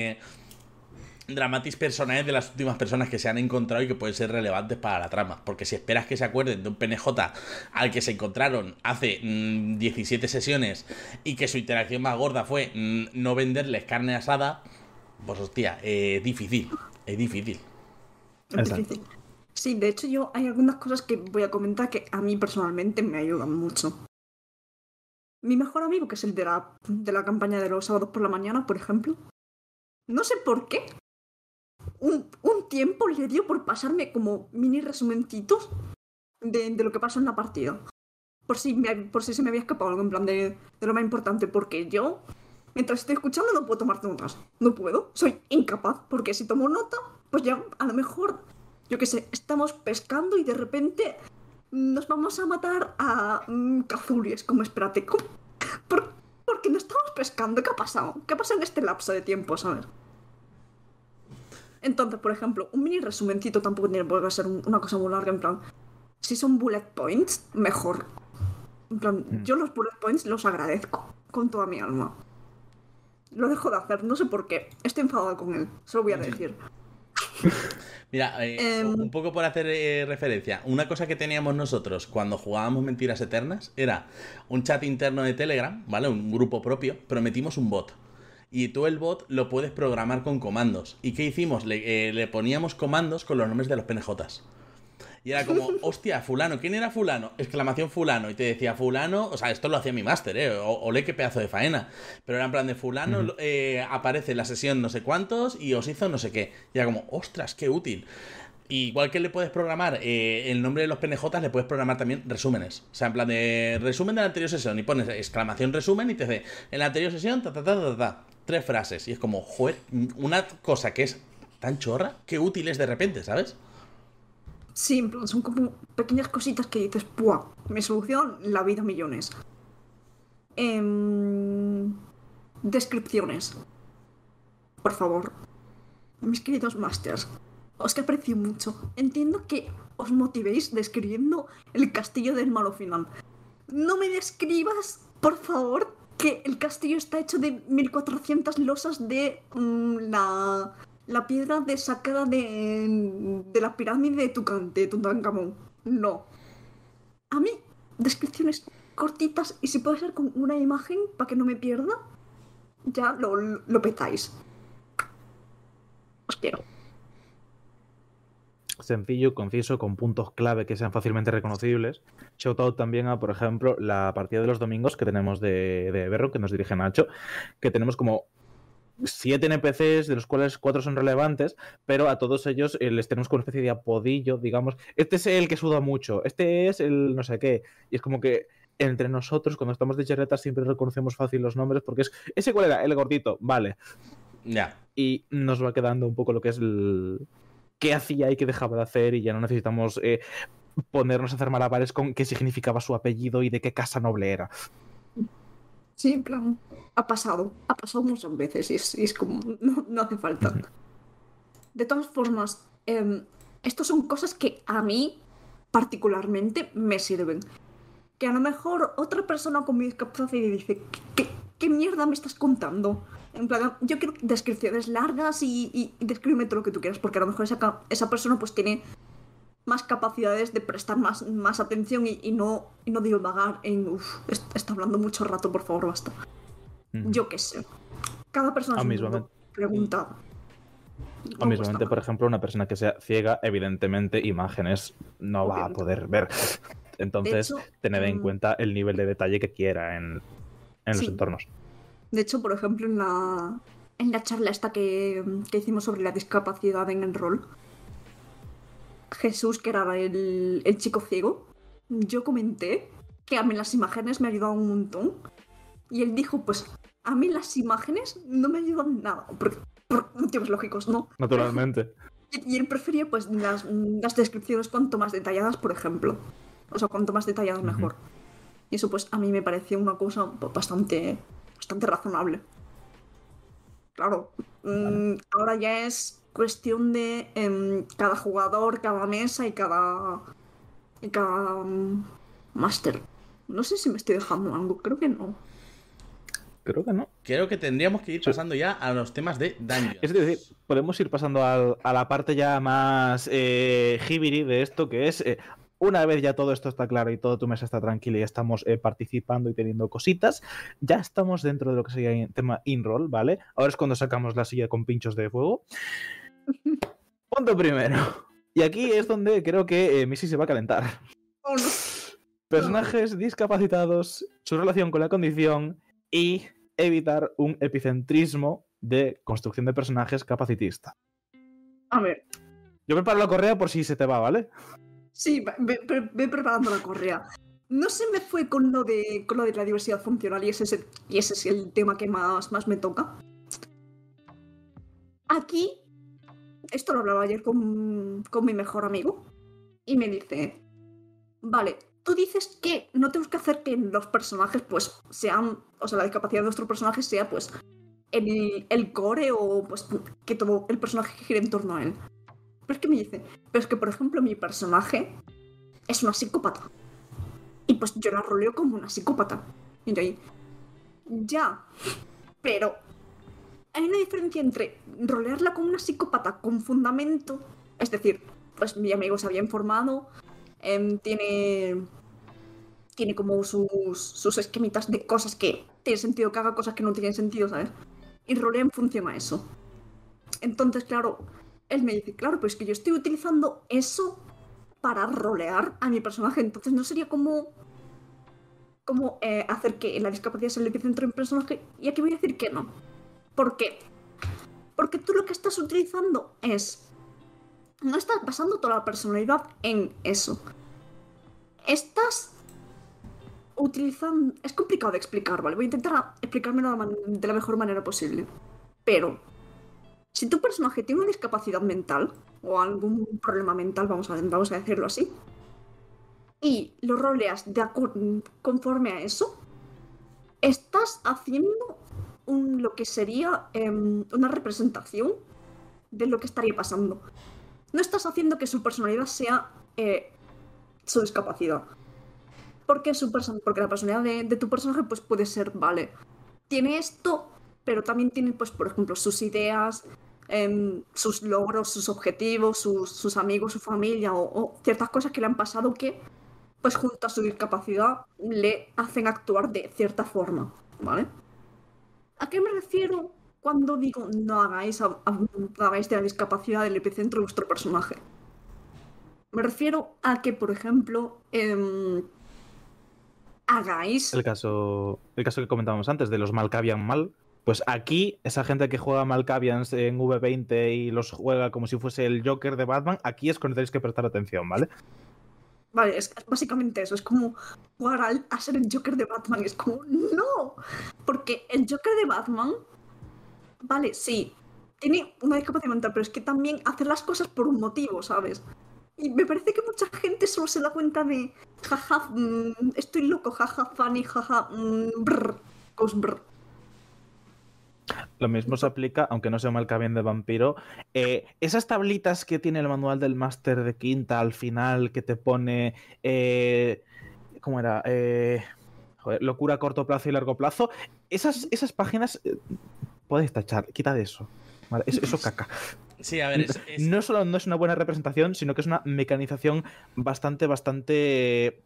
dramatis personae de las últimas personas que se han encontrado y que pueden ser relevantes para la trama. Porque si esperas que se acuerden de un PNJ al que se encontraron hace 17 sesiones y que su interacción más gorda fue no venderles carne asada, pues hostia, es difícil. Es difícil. Sí, de hecho hay algunas cosas que voy a comentar que a mí personalmente me ayudan mucho. Mi mejor amigo, que es el de la campaña de los sábados por la mañana, por ejemplo, no sé por qué, un tiempo le dio por pasarme como mini resumentitos de lo que pasó en la partida. Por si se me había escapado algo en plan de lo más importante, porque yo, mientras estoy escuchando, no puedo tomar notas. No puedo, soy incapaz, porque si tomo nota, pues ya a lo mejor, yo qué sé, estamos pescando y de repente nos vamos a matar a Cazuries, como espérate. Porque no estamos pescando, ¿qué ha pasado? ¿Qué ha pasado en este lapso de tiempo, sabes? Entonces, por ejemplo, un mini resumencito tampoco tiene por qué ser una cosa muy larga, en plan, si son bullet points, mejor. En plan, yo los bullet points los agradezco con toda mi alma. Lo dejo de hacer, no sé por qué. Estoy enfadada con él, se lo voy a decir. Mira, un poco por hacer referencia, una cosa que teníamos nosotros cuando jugábamos Mentiras Eternas era un chat interno de Telegram, ¿vale? Un grupo propio, pero metimos un bot. Y tú el bot lo puedes programar con comandos. ¿Y qué hicimos? Le poníamos comandos con los nombres de los PNJs. Y era como, hostia, fulano, ¿quién era fulano? Exclamación fulano. Y te decía fulano, o sea, esto lo hacía mi máster, olé qué pedazo de faena. Pero era en plan de fulano, aparece en la sesión no sé cuántos y os hizo no sé qué. Y era como, ostras, qué útil. Igual que le puedes programar el nombre de los PNJs, le puedes programar también resúmenes. O sea, en plan de resumen de la anterior sesión. Y pones exclamación resumen y te dice, en la anterior sesión, 3 frases. Y es como, joder, una cosa que es tan chorra, qué útil es de repente, ¿sabes? Sí, en plan, son como pequeñas cositas que dices, ¡buah! Me solucionan la vida millones. Descripciones. Por favor. Mis queridos masters, os que aprecio mucho. Entiendo que os motivéis describiendo el castillo del malo final. No me describas, por favor, que el castillo está hecho de 1400 losas de la piedra sacada de la pirámide de Tutankamón. No. A mí, descripciones cortitas y si puede ser con una imagen para que no me pierda, ya lo petáis. Os quiero. Sencillo, conciso, con puntos clave que sean fácilmente reconocibles. Shoutout también a, por ejemplo, la partida de los domingos que tenemos de Berro, que nos dirige Nacho, que tenemos como 7 NPCs, de los cuales 4 son relevantes, pero a todos ellos les tenemos como una especie de apodillo, digamos. Este es el que suda mucho, este es el no sé qué. Y es como que entre nosotros, cuando estamos de charretas, siempre reconocemos fácil los nombres, porque es ese cuál era, el gordito, vale. Ya. Y nos va quedando un poco lo que es el qué hacía y qué dejaba de hacer, y ya no necesitamos ponernos a hacer malabares con qué significaba su apellido y de qué casa noble era. Sí, en plan, ha pasado muchas veces y es como, no hace falta. De todas formas, estas son cosas que a mí particularmente me sirven. Que a lo mejor otra persona con mi discapacidad dice, ¿qué mierda me estás contando? En plan, yo quiero descripciones largas y descríbeme todo lo que tú quieras, porque a lo mejor esa persona pues tiene más capacidades de prestar más atención y no divagar en, está hablando mucho rato, por favor, basta. Yo qué sé. Cada persona es un mundo. Pregunta. O mismamente, por ejemplo, una persona que sea ciega, evidentemente imágenes no va a poder ver. Entonces, tened en cuenta el nivel de detalle que quiera en los entornos. De hecho, por ejemplo, en la charla esta que hicimos sobre la discapacidad en el rol, Jesús, que era el chico ciego, yo comenté que a mí las imágenes me ayudaban un montón. Y él dijo, pues, a mí las imágenes no me ayudan nada. Por motivos lógicos, ¿no? Naturalmente. Y él prefería, pues, las descripciones cuanto más detalladas, por ejemplo. O sea, cuanto más detalladas mejor. Y eso, pues, a mí me pareció una cosa bastante razonable. Claro, ahora ya es cuestión de cada jugador, cada mesa y cada máster. No sé si me estoy dejando algo, creo que no. Creo que no. Creo que tendríamos que ir pasando ya a los temas de daño. Es decir, podemos ir pasando a la parte ya más jibiri de esto, que es una vez ya todo esto está claro y toda tu mesa está tranquila y estamos participando y teniendo cositas, ya estamos dentro de lo que sería el tema in-roll, ¿vale? Ahora es cuando sacamos la silla con pinchos de fuego. Punto primero. Y aquí es donde creo que Missy se va a calentar. Oh, no. Personajes discapacitados, su relación con la condición y evitar un epicentrismo de construcción de personajes capacitista. A ver. Yo preparo la correa por si se te va, ¿vale? Sí, ve preparando la correa. No se me fue con lo de la diversidad funcional y ese es el tema que más me toca. Aquí, esto lo hablaba ayer con mi mejor amigo y me dice, vale, tú dices que no tenemos que hacer que los personajes pues sean, o sea, la discapacidad de nuestro personaje sea pues el core o pues que todo el personaje gire en torno a él. Pero es que me dice, pero es que por ejemplo mi personaje es una psicópata. Y pues yo la roleo como una psicópata. Y yo ahí, ya, pero hay una diferencia entre rolearla como una psicópata con fundamento, es decir, pues mi amigo se había informado, tiene como sus esquemitas de cosas que tiene sentido que haga, cosas que no tienen sentido, ¿sabes? Y rolea en función a eso. Entonces, claro, él me dice, claro, pues que yo estoy utilizando eso para rolear a mi personaje, entonces no sería como hacer que la discapacidad sea el epicentro de mi personaje. Y aquí voy a decir que no. ¿Por qué? Porque tú lo que estás utilizando no estás basando toda la personalidad en eso. Estás utilizando... Es complicado de explicar, ¿vale? Voy a intentar explicármelo de la mejor manera posible. Pero si tu personaje tiene una discapacidad mental o algún problema mental, vamos a decirlo así, y lo roleas conforme a eso, estás haciendo lo que sería una representación de lo que estaría pasando. No estás haciendo que su personalidad sea su discapacidad. Porque la personalidad de tu personaje pues puede ser, vale, tiene esto, pero también tiene, pues, por ejemplo, sus ideas, sus logros, sus objetivos, sus amigos, su familia o ciertas cosas que le han pasado que, pues, junto a su discapacidad le hacen actuar de cierta forma, ¿vale? ¿A qué me refiero cuando digo no hagáis de la discapacidad el epicentro de vuestro personaje? Me refiero a que, por ejemplo, hagáis... El caso que comentábamos antes, de los mal que habían mal. Pues aquí, esa gente que juega Malkavians en V20 y los juega como si fuese el Joker de Batman, aquí es cuando tenéis que prestar atención, ¿vale? Vale, es básicamente eso. Es como jugar a ser el Joker de Batman. Es como, no. Porque el Joker de Batman, vale, sí, tiene una discapacidad mental, pero es que también hace las cosas por un motivo, ¿sabes? Y me parece que mucha gente solo se da cuenta de, jaja, estoy loco, jaja, funny, jaja, brr, cos brr. Lo mismo se aplica, aunque no sea Malkavian de vampiro. Esas tablitas que tiene el manual del máster de quinta al final, que te pone... ¿cómo era? Joder, locura a corto plazo y largo plazo. Esas páginas podéis tachar, quita de eso. ¿Vale? Eso caca. Sí, a ver, No solo no es una buena representación, sino que es una mecanización bastante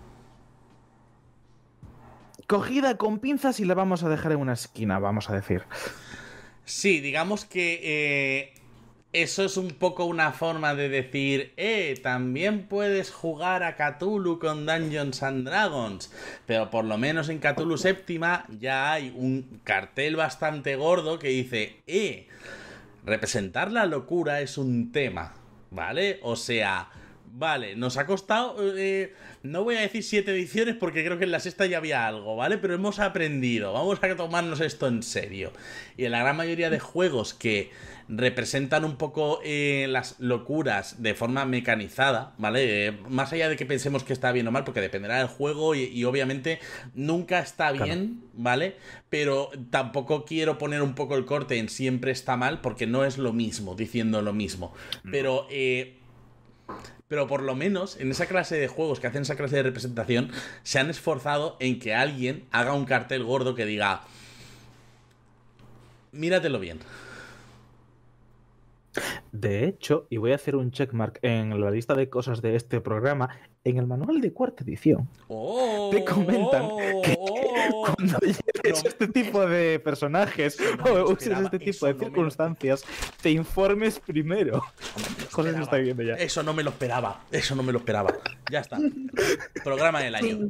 cogida con pinzas y la vamos a dejar en una esquina, vamos a decir. Sí, digamos que eso es un poco una forma de decir, también puedes jugar a Cthulhu con Dungeons and Dragons, pero por lo menos en Cthulhu Séptima ya hay un cartel bastante gordo que dice, representar la locura es un tema, ¿vale? O sea, vale, nos ha costado, no voy a decir 7 ediciones porque creo que en la sexta ya había algo, ¿vale? Pero hemos aprendido, vamos a tomarnos esto en serio. Y en la gran mayoría de juegos que representan un poco las locuras de forma mecanizada, ¿vale? Más allá de que pensemos que está bien o mal, porque dependerá del juego y obviamente nunca está bien, claro, ¿vale? Pero tampoco quiero poner un poco el corte en siempre está mal, porque no es lo mismo, diciendo lo mismo. Pero por lo menos en esa clase de juegos que hacen esa clase de representación se han esforzado en que alguien haga un cartel gordo que diga míratelo bien. De hecho, y voy a hacer un checkmark en la lista de cosas de este programa, en el manual de cuarta edición te comentan que cuando lleves este tipo de personajes o uses este tipo de circunstancias, te informes primero. José se está viendo ya. Eso no me lo esperaba. Ya está. Programa del año.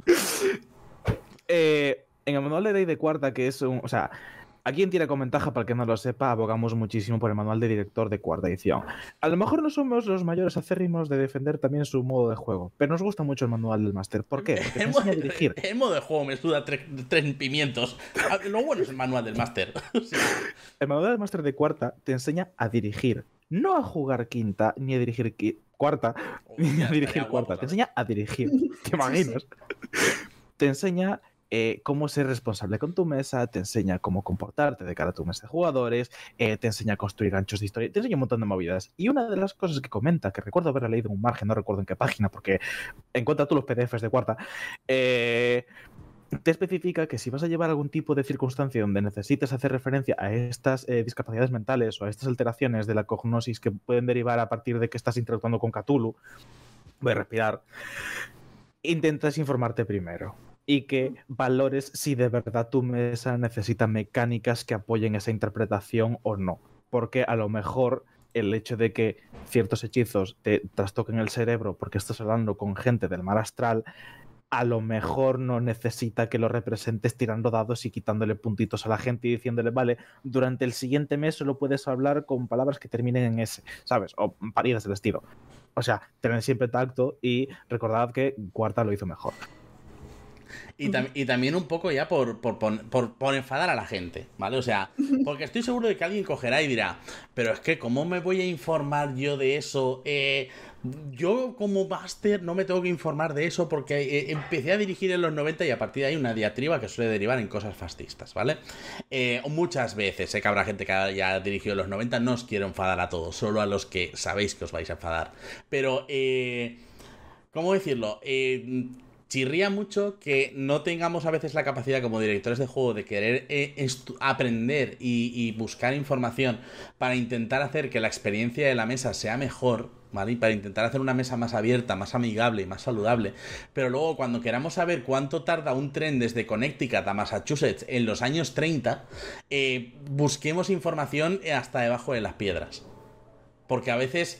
En el manual de ley de cuarta, que es un... O sea, aquí en Tira con Ventaja, para el que no lo sepa, abogamos muchísimo por el manual de director de cuarta edición. A lo mejor no somos los mayores acérrimos de defender también su modo de juego, pero nos gusta mucho el manual del máster. ¿Por qué? Porque te enseña a dirigir. El modo de juego me suda tres pimientos. Lo bueno es el manual del máster. Sí. El manual del máster de cuarta te enseña a dirigir. No a jugar quinta, ni a dirigir cuarta, ni a dirigir cuarta. Te enseña a dirigir. ¿Te imaginas? Te enseña... cómo ser responsable con tu mesa, te enseña cómo comportarte de cara a tu mesa de jugadores, te enseña a construir ganchos de historia, te enseña un montón de movidas. Y una de las cosas que comenta, que recuerdo haberla leído en un margen, no recuerdo en qué página, porque encuentra tú los PDFs de cuarta, te especifica que si vas a llevar algún tipo de circunstancia donde necesites hacer referencia a estas discapacidades mentales o a estas alteraciones de la cognosis que pueden derivar a partir de que estás interactuando con Cthulhu, voy a respirar, intentas informarte primero. Y que valores si de verdad tu mesa necesita mecánicas que apoyen esa interpretación o no. Porque a lo mejor el hecho de que ciertos hechizos te trastoquen el cerebro porque estás hablando con gente del mar astral, a lo mejor no necesita que lo representes tirando dados y quitándole puntitos a la gente y diciéndole, vale, durante el siguiente mes solo puedes hablar con palabras que terminen en S, ¿sabes? O paridas del estilo. O sea, tened siempre tacto y recordad que Cuarta lo hizo mejor. Y también un poco ya por enfadar a la gente, ¿vale? O sea, porque estoy seguro de que alguien cogerá y dirá, pero es que ¿cómo me voy a informar yo de eso? Yo como máster no me tengo que informar de eso porque empecé a dirigir en los 90 y a partir de ahí una diatriba que suele derivar en cosas fascistas, ¿vale? Muchas veces sé que habrá gente que haya dirigido en los 90, no os quiero enfadar a todos, solo a los que sabéis que os vais a enfadar. Pero, ¿cómo decirlo? Chirría mucho que no tengamos a veces la capacidad como directores de juego de querer aprender y buscar información para intentar hacer que la experiencia de la mesa sea mejor, ¿vale? Y para intentar hacer una mesa más abierta, más amigable y más saludable. Pero luego cuando queramos saber cuánto tarda un tren desde Connecticut a Massachusetts en los años 30, busquemos información hasta debajo de las piedras. Porque a veces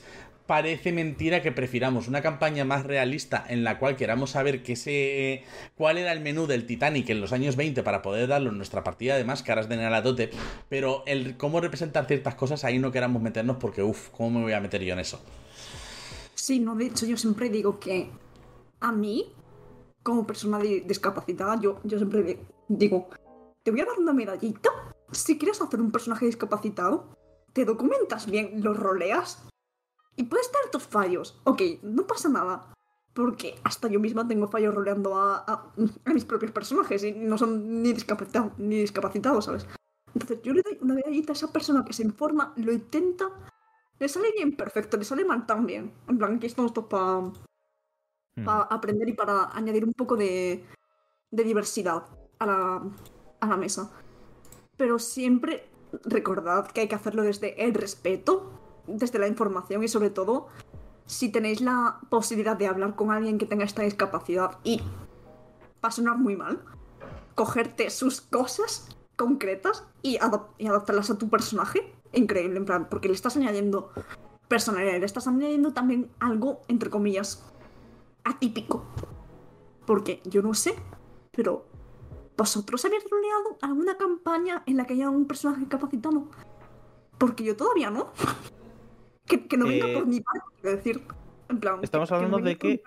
parece mentira que prefiramos una campaña más realista en la cual queramos saber cuál era el menú del Titanic en los años 20 para poder darlo en nuestra partida de máscaras de Nyarlathotep, pero el cómo representar ciertas cosas ahí no queramos meternos porque, ¿cómo me voy a meter yo en eso? Sí, no, de hecho yo siempre digo que a mí, como persona discapacitada, yo siempre digo, te voy a dar una medallita. Si quieres hacer un personaje discapacitado, te documentas bien, lo roleas y puedes tener tus fallos. Ok, no pasa nada. Porque hasta yo misma tengo fallos roleando a mis propios personajes y no son ni discapacitados, ¿sabes? Entonces yo le doy una medallita a esa persona que se informa, lo intenta, le sale bien perfecto, le sale mal también. En plan, aquí estamos todos para aprender y para añadir un poco de diversidad a la mesa. Pero siempre recordad que hay que hacerlo desde el respeto, desde la información y sobre todo si tenéis la posibilidad de hablar con alguien que tenga esta discapacidad y va a sonar muy mal, cogerte sus cosas concretas y adaptarlas a tu personaje. Increíble, en plan, porque le estás añadiendo personalidad, le estás añadiendo también algo, entre comillas, atípico. Porque yo no sé, pero ¿vosotros habéis roleado alguna campaña en la que haya un personaje discapacitado? Porque yo todavía no. Que no venga por mi parte, quiero decir. En plan, estamos hablando de que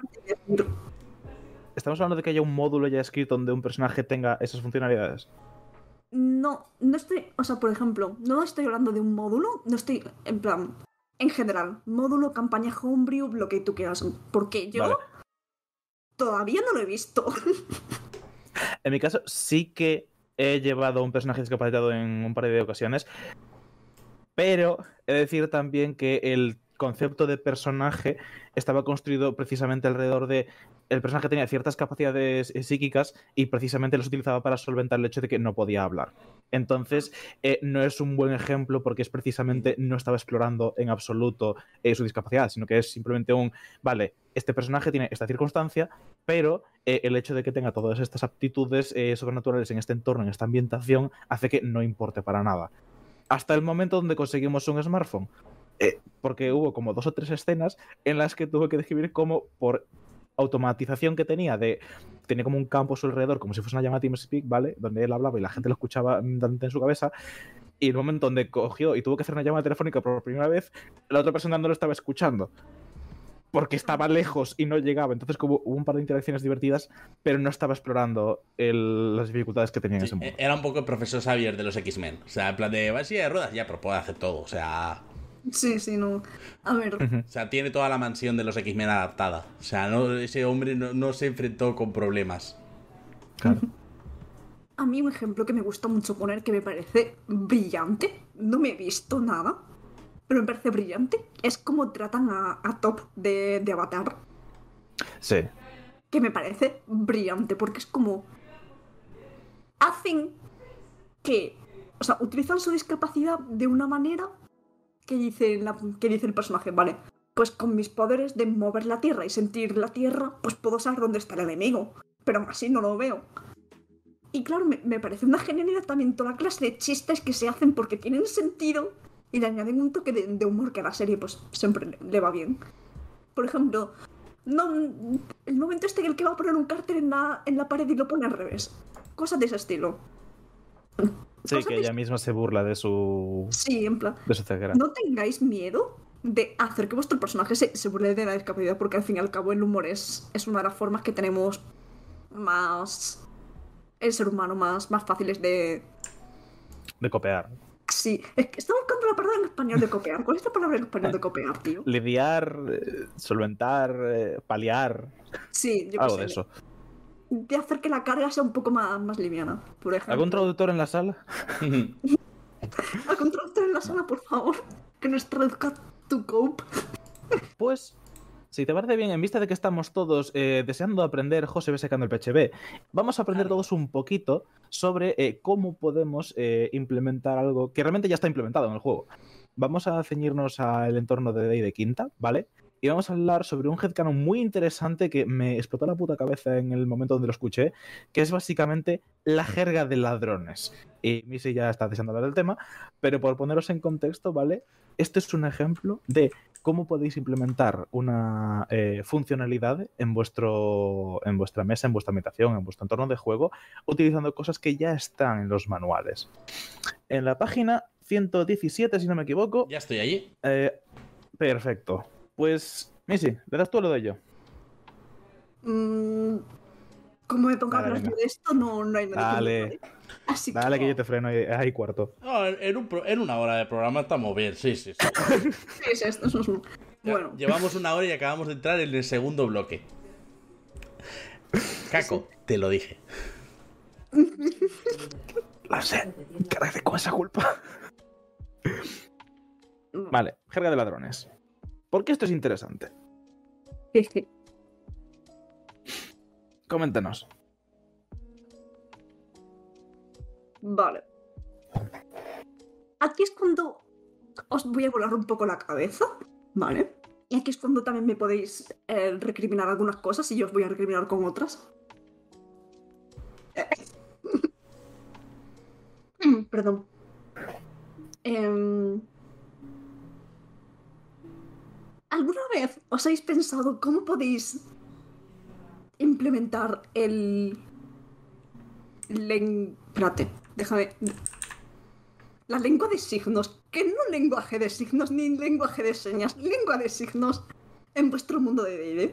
haya un módulo ya escrito donde un personaje tenga esas funcionalidades. No estoy, o sea, por ejemplo, no estoy hablando de un módulo, no estoy, en plan, en general, módulo, campaña homebrew, lo que tú quieras, porque yo todavía no lo he visto. En mi caso, sí que he llevado a un personaje discapacitado en un par de ocasiones, pero he de decir también que el concepto de personaje estaba construido precisamente alrededor de... El personaje tenía ciertas capacidades psíquicas y precisamente los utilizaba para solventar el hecho de que no podía hablar. Entonces, no es un buen ejemplo porque es precisamente no estaba explorando en absoluto su discapacidad, sino que es simplemente vale, este personaje tiene esta circunstancia, pero el hecho de que tenga todas estas aptitudes sobrenaturales en este entorno, en esta ambientación, hace que no importe para nada. Hasta el momento donde conseguimos un smartphone. Porque hubo como 2 o 3 escenas en las que tuve que describir cómo por automatización que tenía como un campo a su alrededor, como si fuese una llamada TeamSpeak, ¿vale? Donde él hablaba y la gente lo escuchaba en su cabeza, y en el momento donde cogió y tuvo que hacer una llamada telefónica por primera vez, la otra persona no lo estaba escuchando porque estaba lejos y no llegaba. Entonces hubo un par de interacciones divertidas, pero no estaba explorando las dificultades que tenía en ese momento. Era un poco el profesor Xavier de los X-Men. O sea, en plan de, va silla de ruedas, ya, pero puede hacer todo. O sea... Sí, no. A ver. O sea, tiene toda la mansión de los X-Men adaptada. O sea, ese hombre no se enfrentó con problemas. Claro. A mí un ejemplo que me gusta mucho poner, que me parece brillante, no me he visto nada, pero me parece brillante, es cómo tratan a Top de Avatar. Sí. Que me parece brillante, porque es como... Hacen que... O sea, utilizan su discapacidad de una manera que dice el personaje, vale, pues con mis poderes de mover la tierra y sentir la tierra, pues puedo saber dónde está el enemigo, pero aún así no lo veo. Y claro, me parece una genialidad también toda clase de chistes que se hacen porque tienen sentido y le añaden un toque de humor que a la serie pues siempre le va bien. Por ejemplo, el momento este en el que va a poner un cartel en la pared y lo pone al revés. Cosas de ese estilo. Sí, que ella misma se burla de su... Sí, en plan... de su ceguera. No tengáis miedo de hacer que vuestro personaje se burle de la discapacidad, porque al fin y al cabo el humor es una de las formas que tenemos más... el ser humano más fáciles de... de copiar. Sí, es que estaba buscando la palabra en español de copiar. ¿Cuál es la palabra en español de copiar, tío? Lidiar, solventar, paliar... Sí, yo algo sé. de eso. De hacer que la carga sea un poco más liviana, por ejemplo. ¿Algún traductor en la sala? ¿Algún traductor en la sala, por favor? Que nos traduzca to cope. Pues, si te parece bien, en vista de que estamos todos deseando aprender José secando el PHB, vamos a aprender todos un poquito sobre cómo podemos implementar algo que realmente ya está implementado en el juego. Vamos a ceñirnos al entorno de D&D Quinta, ¿vale? Y vamos a hablar sobre un headcanon muy interesante que me explotó la puta cabeza en el momento donde lo escuché, que es básicamente la jerga de ladrones. Y Missy ya está deseando hablar del tema, pero por poneros en contexto, ¿vale? Este es un ejemplo de cómo podéis implementar una funcionalidad en vuestra mesa, en vuestra habitación, en vuestro entorno de juego, utilizando cosas que ya están en los manuales. En la página 117, si no me equivoco. Ya estoy allí. Perfecto. Pues, Missy, ¿le das tú lo de ello? Como me ponga a Vale, hablar venga. de esto, no hay nadie Dale. que me pare. Así Dale, que yo te freno ahí cuarto. No, en una hora de programa estamos bien, sí. ¿Qué es esto? Bueno, Llevamos una hora y acabamos de entrar en el segundo bloque. Caco, te lo dije. Lo sé, carece con esa culpa. Vale, jerga de ladrones. ¿Por qué esto es interesante? jeje. Coméntanos. Vale. Aquí es cuando os voy a volar un poco la cabeza, ¿vale? Y aquí es cuando también me podéis recriminar algunas cosas y yo os voy a recriminar con otras. Perdón. ¿Alguna vez os habéis pensado cómo podéis implementar Espérate, déjame... La lengua de signos, que no lenguaje de signos ni lenguaje de señas, lengua de signos en vuestro mundo de D&D.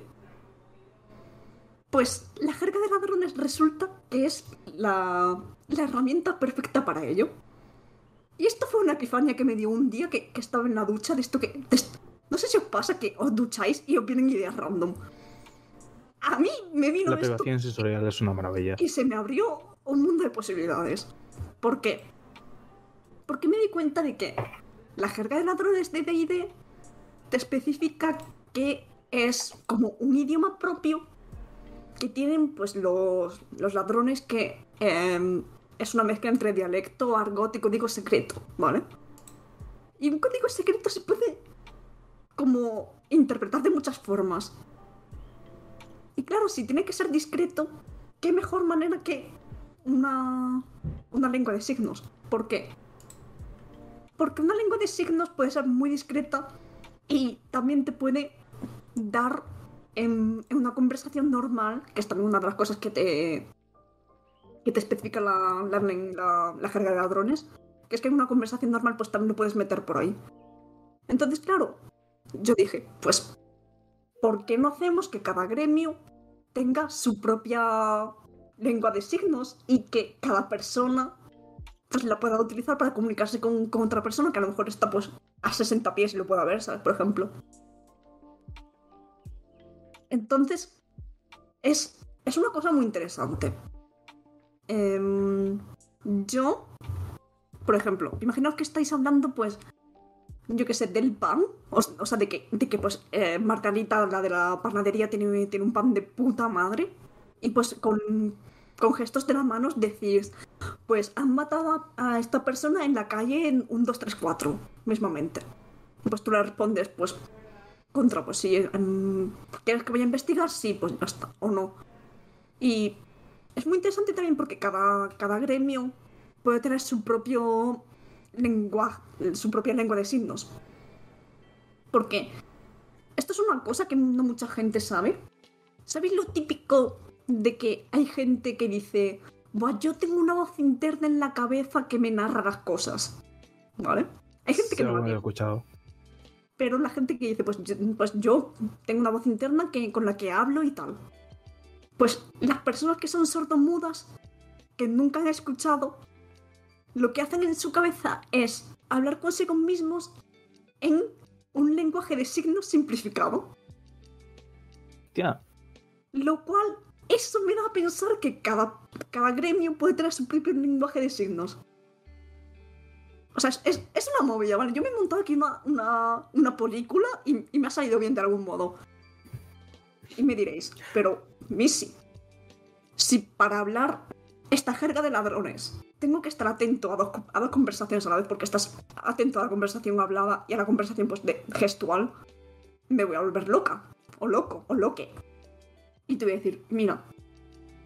Pues la jerga de ladrones resulta que es la herramienta perfecta para ello. Y esto fue una epifanía que me dio un día que estaba en la ducha de esto que... No sé si os pasa que os ducháis y os vienen ideas random. A mí me vino La esto privacidad sensorial es una maravilla. y se me abrió un mundo de posibilidades. ¿Por qué? Porque me di cuenta de que la jerga de ladrones de D&D te especifica que es como un idioma propio que tienen pues los ladrones que es una mezcla entre dialecto, argot y código secreto, ¿vale? Y un código secreto se puede como interpretar de muchas formas. Y claro, si tiene que ser discreto, ¿qué mejor manera que una lengua de signos? ¿Por qué? Porque una lengua de signos puede ser muy discreta y también te puede dar en una conversación normal, que es también una de las cosas que te especifica la jerga de ladrones, que es que en una conversación normal pues también lo puedes meter por ahí. Entonces, claro, yo dije, pues, ¿por qué no hacemos que cada gremio tenga su propia lengua de signos y que cada persona pues la pueda utilizar para comunicarse con otra persona que a lo mejor está pues a 60 pies y lo pueda ver, ¿sabes? Por ejemplo. Entonces, es una cosa muy interesante. Yo, por ejemplo, imaginaos que estáis hablando, pues, yo qué sé, del pan. O sea, de que pues, Margarita, la de la panadería, tiene un pan de puta madre. Y pues con gestos de las manos decís, pues han matado a esta persona en la calle en 1, 2, 3, 4, mismamente. Pues tú le respondes, pues, pues si quieres que vaya a investigar, sí, pues ya está, o no. Y es muy interesante también porque cada gremio puede tener su propio lenguaje, su propia lengua de signos. Porque esto es una cosa que no mucha gente sabe. ¿Sabéis lo típico de que hay gente que dice, buah, yo tengo una voz interna en la cabeza que me narra las cosas? ¿Vale? Hay gente que no lo he dice. escuchado. Pero la gente que dice, pues yo tengo una voz interna con la que hablo y tal. Pues las personas que son sordomudas, que nunca han escuchado, lo que hacen en su cabeza es hablar consigo mismos en un lenguaje de signos simplificado. Tía. Lo cual, eso me da a pensar que cada gremio puede tener su propio lenguaje de signos. O sea, es una movida, ¿vale? Yo me he montado aquí una película y me ha salido bien de algún modo. Y me diréis, pero Missy, si para hablar esta jerga de ladrones tengo que estar atento a dos conversaciones a la vez, porque estás atento a la conversación hablada y a la conversación pues gestual, me voy a volver loca, o loco, o loque. Y te voy a decir, mira,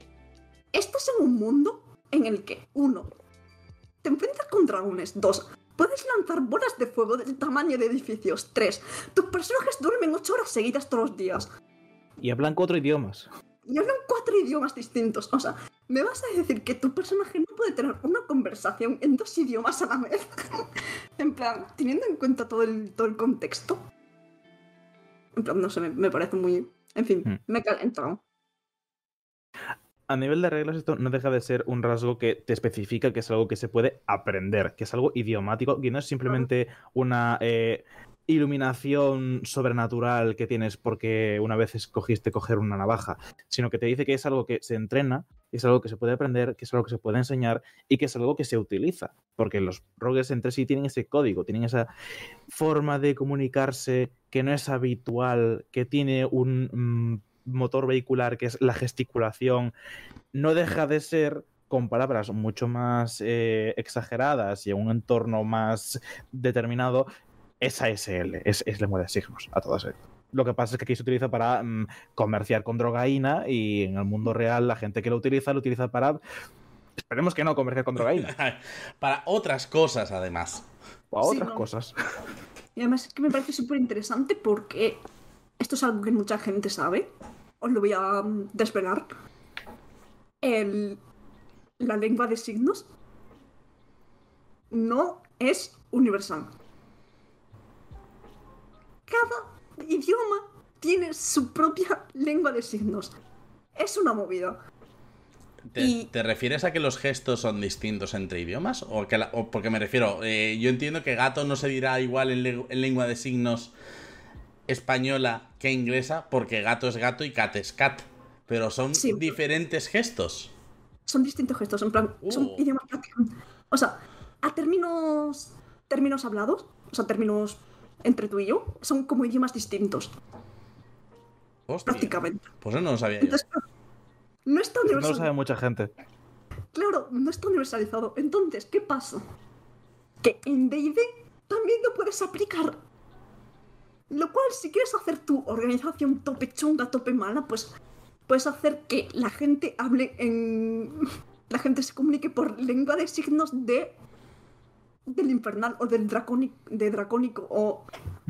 estás en un mundo en el que, 1, te enfrentas con dragones, 2, Puedes lanzar bolas de fuego del tamaño de edificios. 3. Tus personajes duermen 8 horas seguidas todos los días. Y hablan 4 idiomas. Y hablan 4 idiomas distintos. O sea, ¿me vas a decir que tu personaje no puede tener una conversación en 2 idiomas a la vez? En plan, teniendo en cuenta todo el contexto. En plan, no sé, me parece muy... En fin, me he calentado. A nivel de reglas, esto no deja de ser un rasgo que te especifica que es algo que se puede aprender, que es algo idiomático, que no es simplemente una iluminación sobrenatural que tienes porque una vez escogiste coger una navaja, sino que te dice que es algo que se entrena, que es algo que se puede aprender, que es algo que se puede enseñar y que es algo que se utiliza, porque los rogues entre sí tienen ese código, tienen esa forma de comunicarse que no es habitual, que tiene un motor vehicular que es la gesticulación, no deja de ser con palabras mucho más exageradas y en un entorno más determinado, es ASL, es lengua de signos a todas ellas. Lo que pasa es que aquí se utiliza para comerciar con drogaína y en el mundo real la gente que lo utiliza para, esperemos que no, comerciar con drogaína. Para otras cosas, además. O a otras cosas. Y además es que me parece súper interesante porque esto es algo que mucha gente sabe. Os lo voy a desvelar. La lengua de signos no es universal. Cada idioma tiene su propia lengua de signos. Es una movida. ¿Te refieres a que los gestos son distintos entre idiomas? O porque me refiero, yo entiendo que gato no se dirá igual en lengua de signos española que inglesa, porque gato es gato y cat es cat. Pero son diferentes gestos. Son distintos gestos, en plan, son idiomas prácticamente. O sea, a términos hablados, o sea, términos entre tú y yo, son como idiomas distintos. Hostia. Prácticamente. Pues eso no lo sabía. Entonces, yo. No está universalizado. No lo sabe mucha gente. Claro, no está universalizado. Entonces, ¿qué pasa? Que en D&D también lo puedes aplicar. Lo cual, si quieres hacer tu organización tope chunga, tope mala, pues puedes hacer que la gente hable la gente se comunique por lengua de signos del infernal o del dracónico o...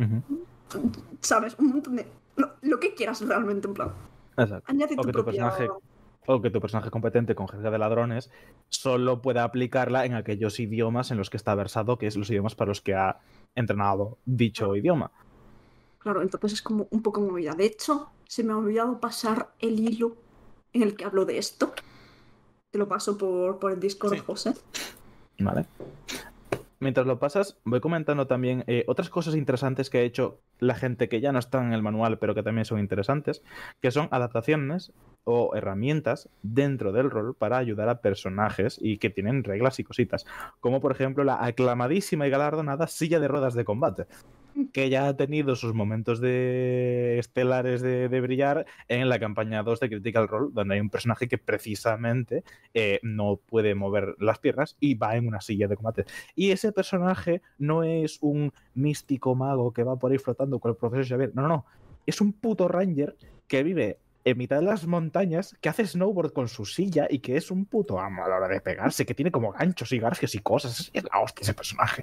¿Sabes? Un montón de... Lo que quieras realmente, en plan. Exacto. Añade tu propia... O que tu personaje competente con jerga de ladrones solo pueda aplicarla en aquellos idiomas en los que está versado, que es los idiomas para los que ha entrenado dicho idioma. Claro, entonces es como un poco movida. De hecho, se me ha olvidado pasar el hilo en el que hablo de esto. Te lo paso por el Discord, José. Vale. Mientras lo pasas, voy comentando también otras cosas interesantes que ha hecho la gente que ya no están en el manual, pero que también son interesantes, que son adaptaciones o herramientas dentro del rol para ayudar a personajes y que tienen reglas y cositas, como por ejemplo la aclamadísima y galardonada silla de ruedas de combate, que ya ha tenido sus momentos estelares de brillar en la campaña 2 de Critical Role, donde hay un personaje que precisamente no puede mover las piernas y va en una silla de combate. Y ese personaje no es un místico mago que va por ahí flotando con el profesor Xavier. No. Es un puto ranger que vive en mitad de las montañas, que hace snowboard con su silla y que es un puto amo a la hora de pegarse, que tiene como ganchos y garfios y cosas. Es la hostia ese personaje.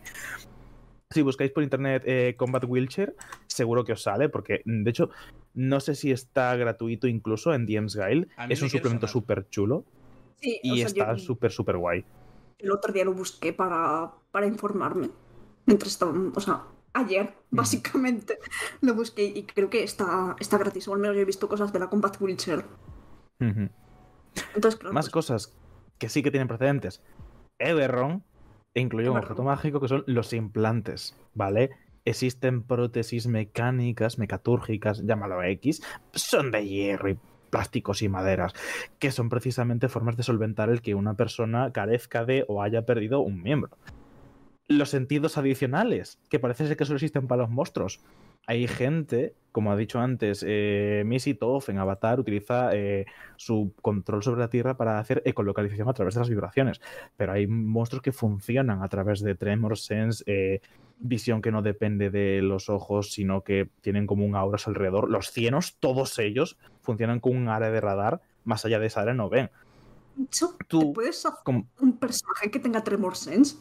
Si buscáis por internet Combat Wheelchair, seguro que os sale, porque de hecho no sé si está gratuito incluso en DM's Guile. Es un suplemento súper chulo. Sí, y está súper guay. El otro día lo busqué para informarme. Mientras estaba, o sea, ayer, básicamente, lo busqué y creo que está gratis. O al menos yo he visto cosas de la Combat Wheelchair. Entonces, claro, más cosas que sí que tienen precedentes. Eberron incluye un objeto mágico que son los implantes, ¿vale? Existen prótesis mecánicas, mecatúrgicas, llámalo X, son de hierro y plásticos y maderas, que son precisamente formas de solventar el que una persona carezca de o haya perdido un miembro. Los sentidos adicionales, que parece ser que solo existen para los monstruos. Hay gente, como ha dicho antes, Missy Toff en Avatar utiliza su control sobre la Tierra para hacer ecolocalización a través de las vibraciones, pero hay monstruos que funcionan a través de Tremor Sense, visión que no depende de los ojos, sino que tienen como un aura a su alrededor. Los cienos, todos ellos, funcionan con un área de radar, más allá de esa área no ven. ¿Te puedes hacer un personaje que tenga Tremor Sense?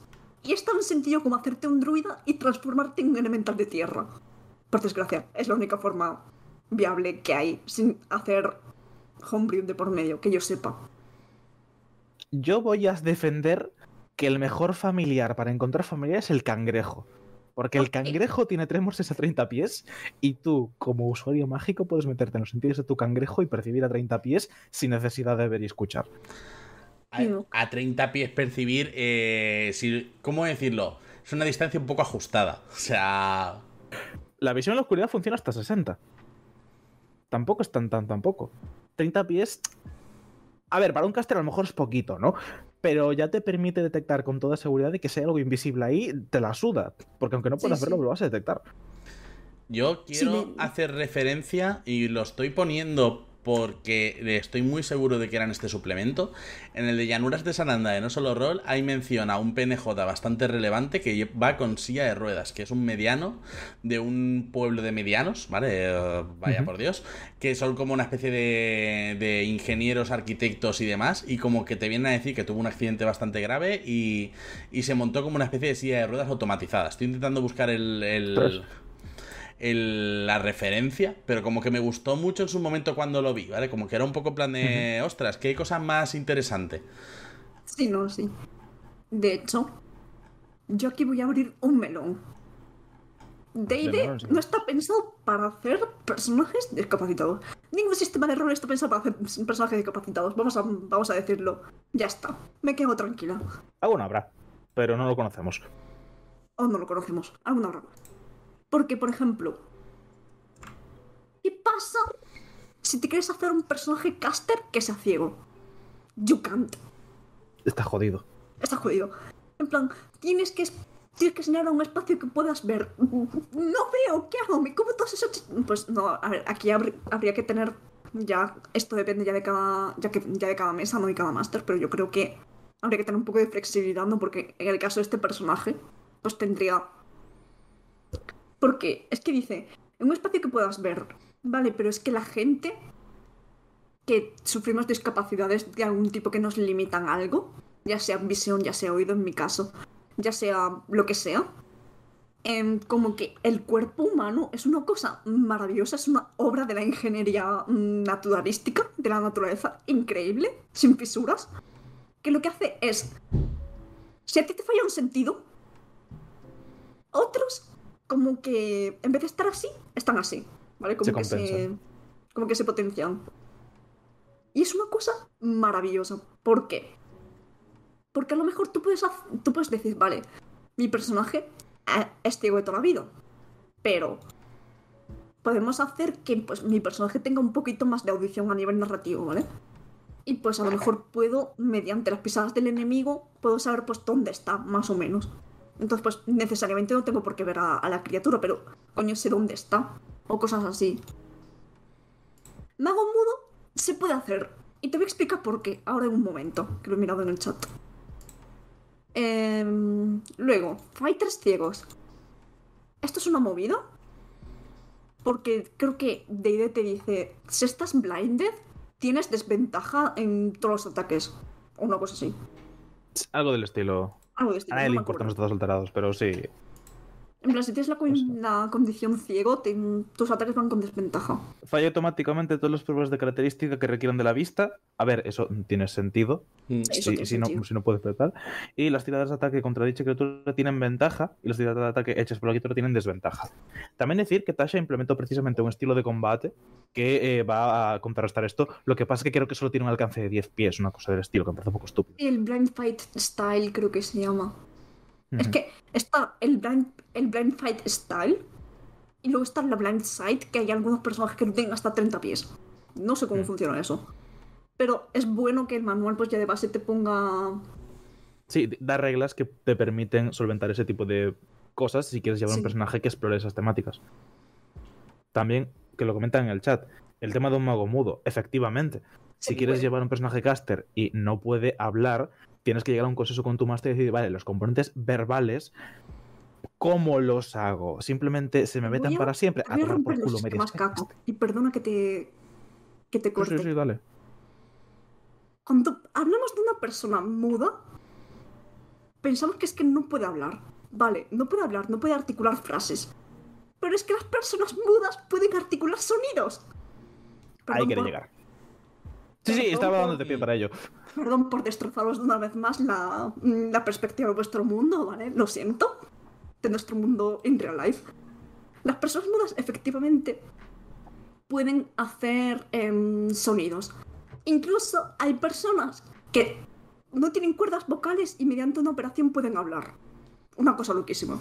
Y es tan sencillo como hacerte un druida y transformarte en un elemental de tierra. Por desgracia, es la única forma viable que hay sin hacer homebrew de por medio, que yo sepa. Yo voy a defender que el mejor familiar para encontrar familiar es el cangrejo. Porque el cangrejo tiene tremors a 30 pies y tú, como usuario mágico, puedes meterte en los sentidos de tu cangrejo y percibir a 30 pies sin necesidad de ver y escuchar. A 30 pies percibir, ¿cómo decirlo? Es una distancia un poco ajustada. O sea... La visión en la oscuridad funciona hasta 60. Tampoco es tampoco. 30 pies... A ver, para un caster a lo mejor es poquito, ¿no? Pero ya te permite detectar con toda seguridad de que si hay algo invisible ahí, te la suda. Porque aunque no puedas verlo, lo vas a detectar. Yo quiero hacer referencia, y lo estoy poniendo porque estoy muy seguro de que era en este suplemento. En el de Llanuras de Sananda de No Solo Roll hay mención a un PNJ bastante relevante que va con silla de ruedas, que es un mediano de un pueblo de medianos, ¿vale? Vaya por Dios, que son como una especie de ingenieros, arquitectos y demás, y como que te vienen a decir que tuvo un accidente bastante grave y se montó como una especie de silla de ruedas automatizada. Estoy intentando buscar la referencia, pero como que me gustó mucho en su momento cuando lo vi, ¿vale? Como que era un poco plan de, ostras, qué cosa más interesante. Sí, no, sí. De hecho, yo aquí voy a abrir un melón. D&D no está pensado para hacer personajes discapacitados. Ningún sistema de rol está pensado para hacer personajes discapacitados. Vamos a decirlo. Ya está. Me quedo tranquila. Aún habrá, pero no lo conocemos. O no lo conocemos. Aún habrá. Porque, por ejemplo, ¿qué pasa si te quieres hacer un personaje caster que sea ciego? You can't. Está jodido. Está jodido. En plan, tienes que enseñar un espacio que puedas ver. No veo, ¿qué hago? ¿Me como todos esos...? Pues no, a ver, aquí habría que tener... Ya, esto depende ya de cada mesa, no de cada máster, pero yo creo que habría que tener un poco de flexibilidad, ¿no? Porque en el caso de este personaje, pues tendría... Porque es que dice, en un espacio que puedas ver, vale, pero es que la gente que sufrimos discapacidades de algún tipo que nos limitan algo, ya sea visión, ya sea oído en mi caso, ya sea lo que sea, como que el cuerpo humano es una cosa maravillosa, es una obra de la ingeniería naturalística, de la naturaleza, increíble, sin fisuras, que lo que hace es, si a ti te falla un sentido, otros como que en vez de estar así, están así, ¿vale? Como que se potencian. Y es una cosa maravillosa. ¿Por qué? Porque a lo mejor tú puedes decir, vale, mi personaje es ciego de toda la vida, pero podemos hacer que pues, mi personaje tenga un poquito más de audición a nivel narrativo, ¿vale? Y pues a lo mejor puedo, mediante las pisadas del enemigo, puedo saber pues dónde está, más o menos. Entonces, pues necesariamente no tengo por qué ver a la criatura, pero coño, sé dónde está. O cosas así. Mago mudo se puede hacer. Y te voy a explicar por qué, ahora en un momento, que lo he mirado en el chat. Luego, fighters ciegos. ¿Esto es una movida? Porque creo que D&D te dice, si estás blinded, tienes desventaja en todos los ataques. O una cosa así. Algo del estilo. Algo de estilo. A nadie le importan los datos alterados, pero sí. En plan, si tienes la condición ciego, tus ataques van con desventaja. Falla automáticamente todas las pruebas de característica que requieran de la vista. A ver, eso tiene sentido. Si no puedes tratar. Y las tiradas de ataque contra dicha criatura tienen ventaja. Y las tiradas de ataque hechas por la criatura tienen desventaja. También decir que Tasha implementó precisamente un estilo de combate que va a contrarrestar esto. Lo que pasa es que creo que solo tiene un alcance de 10 pies, una cosa del estilo, que me parece un poco estúpido. El Blind Fight Style creo que se llama. Es que está el blind Fight Style y luego está la Blind Sight, que hay algunos personajes que no tienen hasta 30 pies. No sé cómo funciona eso. Pero es bueno que el manual pues ya de base te ponga... Sí, da reglas que te permiten solventar ese tipo de cosas si quieres llevar un personaje que explore esas temáticas. También, que lo comentan en el chat, el tema de un mago mudo, efectivamente. Si quieres llevar un personaje caster y no puede hablar, tienes que llegar a un consenso con tu máster y decir, vale, los componentes verbales, ¿cómo los hago? Simplemente se me metan para siempre. Voy a romper los sistemas caco. Y perdona que te corte. Sí, dale. Cuando hablamos de una persona muda, pensamos que es que no puede hablar. Vale, no puede hablar, no puede articular frases. Pero es que las personas mudas pueden articular sonidos. Ahí quiere llegar. Sí, estaba dándote pie para ello. Perdón por destrozaros una vez más la perspectiva de vuestro mundo, ¿vale? Lo siento. De nuestro mundo in real life. Las personas mudas efectivamente pueden hacer sonidos. Incluso hay personas que no tienen cuerdas vocales y mediante una operación pueden hablar. Una cosa loquísima.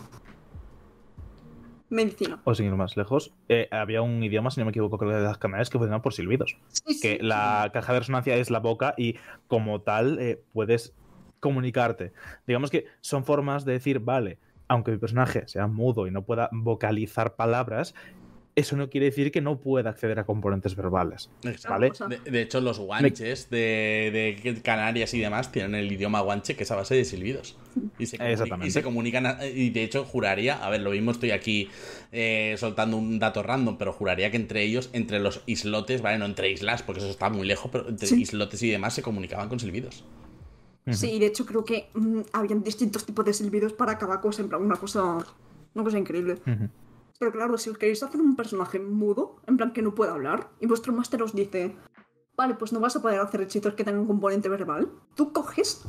Medicina. O sin ir más lejos, había un idioma, si no me equivoco, creo que de las Canarias, que funcionaba por silbidos. Sí, que la caja de resonancia es la boca y como tal puedes comunicarte. Digamos que son formas de decir, vale, aunque mi personaje sea mudo y no pueda vocalizar palabras, eso no quiere decir que no pueda acceder a componentes verbales. ¿Vale? De hecho, los guanches de Canarias y demás tienen el idioma guanche, que es a base de silbidos. Y se comunican. Y de hecho, juraría, a ver, lo mismo estoy aquí soltando un dato random, pero juraría que entre ellos, entre los islotes, ¿vale? No entre islas, porque eso está muy lejos, pero entre islotes y demás se comunicaban con silbidos. Sí, de hecho creo que habían distintos tipos de silbidos para cada cosa, en plan, una cosa increíble. Pero claro, si os queréis hacer un personaje mudo, en plan que no pueda hablar, y vuestro máster os dice, vale, pues no vas a poder hacer hechizos que tengan un componente verbal, tú coges,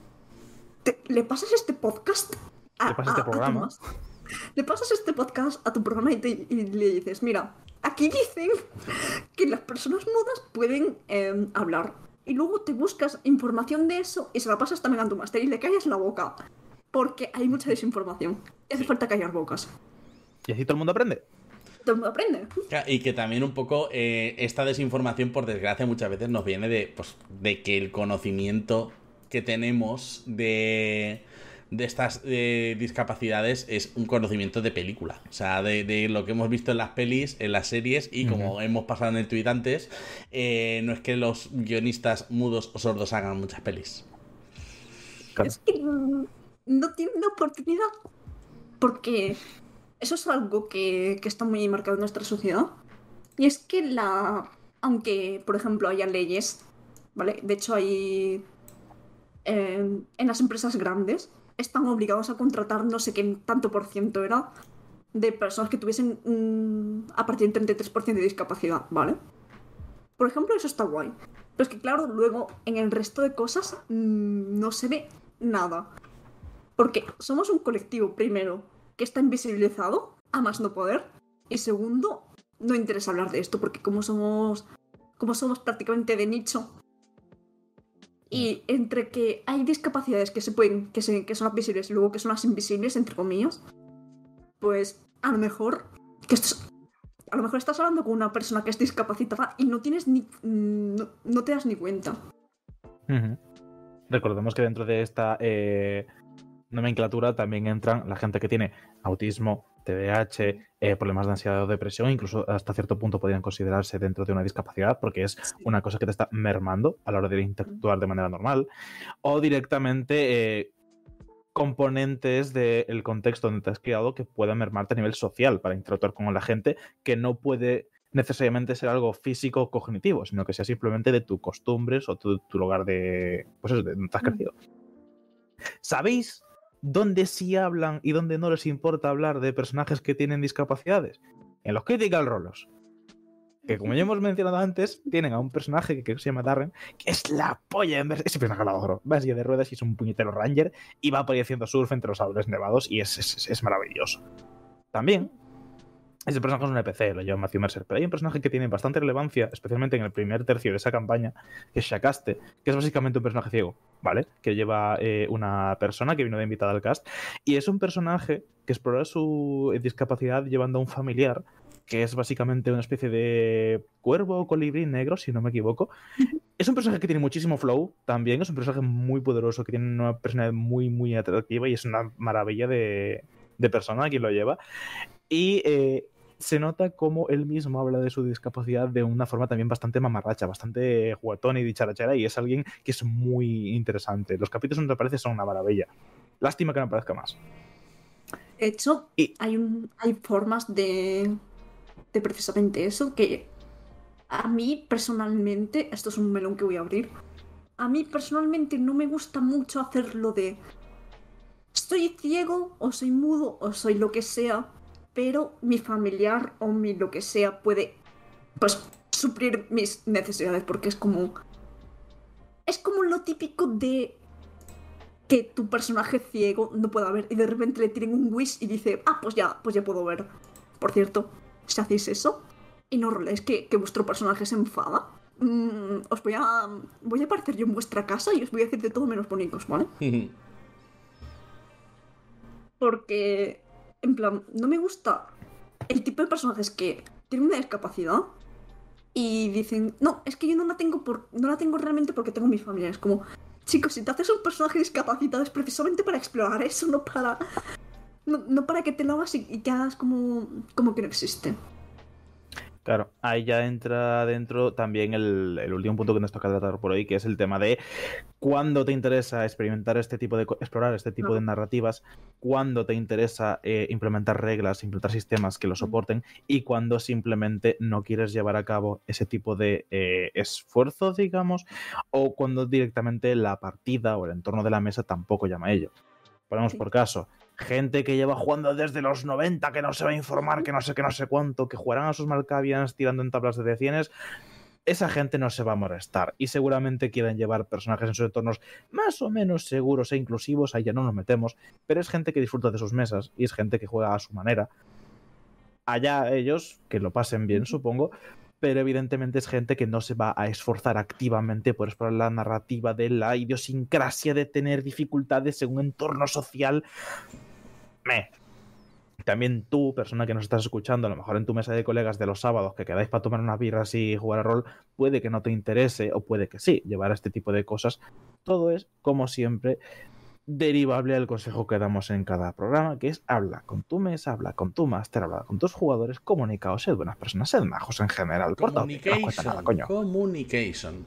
le pasas este podcast le pasas este programa. Le pasas este podcast a tu programa y le dices, mira, aquí dicen que las personas mudas pueden hablar. Y luego te buscas información de eso y se la pasas también a tu máster y le callas la boca. Porque hay mucha desinformación. Y hace falta callar bocas. Y así todo el mundo aprende. Todo el mundo aprende. Y que también un poco esta desinformación, por desgracia, muchas veces nos viene de que el conocimiento que tenemos de estas discapacidades es un conocimiento de película. O sea, de lo que hemos visto en las pelis, en las series, y como hemos pasado en el tuit antes, no es que los guionistas mudos o sordos hagan muchas pelis. Claro. Es que no tienen la oportunidad. Porque eso es algo que está muy marcado en nuestra sociedad. Y es que aunque, por ejemplo, haya leyes, ¿vale? De hecho, hay en las empresas grandes están obligados a contratar no sé qué tanto por ciento era de personas que tuviesen a partir del 33% de discapacidad, ¿vale? Por ejemplo, eso está guay. Pero es que claro, luego en el resto de cosas no se ve nada. Porque somos un colectivo, primero, que está invisibilizado, a más no poder. Y segundo, no interesa hablar de esto, porque como somos prácticamente de nicho, y entre que hay discapacidades que son las visibles y luego que son las invisibles, entre comillas, pues a lo mejor estás hablando con una persona que es discapacitada y no te das ni cuenta. Recordemos que dentro de esta nomenclatura también entran la gente que tiene autismo, TDAH, problemas de ansiedad o depresión, incluso hasta cierto punto podrían considerarse dentro de una discapacidad porque es una cosa que te está mermando a la hora de interactuar de manera normal, o directamente componentes del contexto donde te has criado que puedan mermarte a nivel social para interactuar con la gente, que no puede necesariamente ser algo físico o cognitivo, sino que sea simplemente de tus costumbres o tu lugar de, pues eso, de donde te has crecido. ¿Sabéis dónde sí hablan y dónde no les importa hablar de personajes que tienen discapacidades? En los Critical Roles. Que como ya hemos mencionado antes, tienen a un personaje que creo que se llama Darren, que es la polla en ese personaje lo adoro. Va en silla de ruedas y es un puñetero ranger y va por ahí haciendo surf entre los árboles nevados y es maravilloso. También, ese personaje es un NPC, lo lleva Matthew Mercer, pero hay un personaje que tiene bastante relevancia, especialmente en el primer tercio de esa campaña, que es Shakaste, que es básicamente un personaje ciego, ¿vale? Que lleva una persona que vino de invitada al cast, y es un personaje que explora su discapacidad llevando a un familiar, que es básicamente una especie de cuervo o colibrí negro, si no me equivoco. Es un personaje que tiene muchísimo flow, también es un personaje muy poderoso, que tiene una personalidad muy, muy atractiva y es una maravilla de persona quien lo lleva. Y se nota como él mismo habla de su discapacidad de una forma también bastante mamarracha, bastante juguetón y dicharachera, y es alguien que es muy interesante. Los capítulos donde aparece son una maravilla. Lástima que no aparezca más. De hecho, hay formas de precisamente eso, que a mí personalmente, esto es un melón que voy a abrir, a mí personalmente no me gusta mucho hacerlo de soy ciego o soy mudo o soy lo que sea, pero mi familiar o mi lo que sea puede, pues, suplir mis necesidades, porque es como... Es como lo típico de que tu personaje ciego no pueda ver y de repente le tienen un wish y dice, pues ya puedo ver. Por cierto, si hacéis eso y no roléis que vuestro personaje se enfada, voy a aparecer yo en vuestra casa y os voy a decir de todo menos bonitos, ¿vale? Porque, en plan, no me gusta el tipo de personajes que tienen una discapacidad y dicen, no, es que yo no la tengo realmente porque tengo mis familiares. Como, chicos, si te haces un personaje discapacitado es precisamente para explorar eso, no para que te lo hagas y que hagas como que no existe. Claro, ahí ya entra dentro también el último punto que nos toca tratar por hoy, que es el tema de cuándo te interesa experimentar explorar este tipo de narrativas, cuándo te interesa implementar reglas, implementar sistemas que lo soporten y cuándo simplemente no quieres llevar a cabo ese tipo de esfuerzo, digamos, o cuando directamente la partida o el entorno de la mesa tampoco llama a ello. Ponemos por caso, gente que lleva jugando desde los 90, que no se va a informar, que no sé cuánto, que jugarán a sus Malkavians tirando en tablas de D100, esa gente no se va a molestar y seguramente quieren llevar personajes en sus entornos más o menos seguros e inclusivos, ahí ya no nos metemos, pero es gente que disfruta de sus mesas y es gente que juega a su manera. Allá ellos, que lo pasen bien, supongo, pero evidentemente es gente que no se va a esforzar activamente por explorar la narrativa de la idiosincrasia de tener dificultades en un entorno social. También tú, persona que nos estás escuchando, a lo mejor en tu mesa de colegas de los sábados que quedáis para tomar unas birras y jugar a rol, puede que no te interese o puede que sí, llevar a este tipo de cosas. Todo es, como siempre, derivable al consejo que damos en cada programa, que es habla con tu mesa, habla con tu máster, habla con tus jugadores, comunicaos, sed buenas personas, sed majos en general. Communication.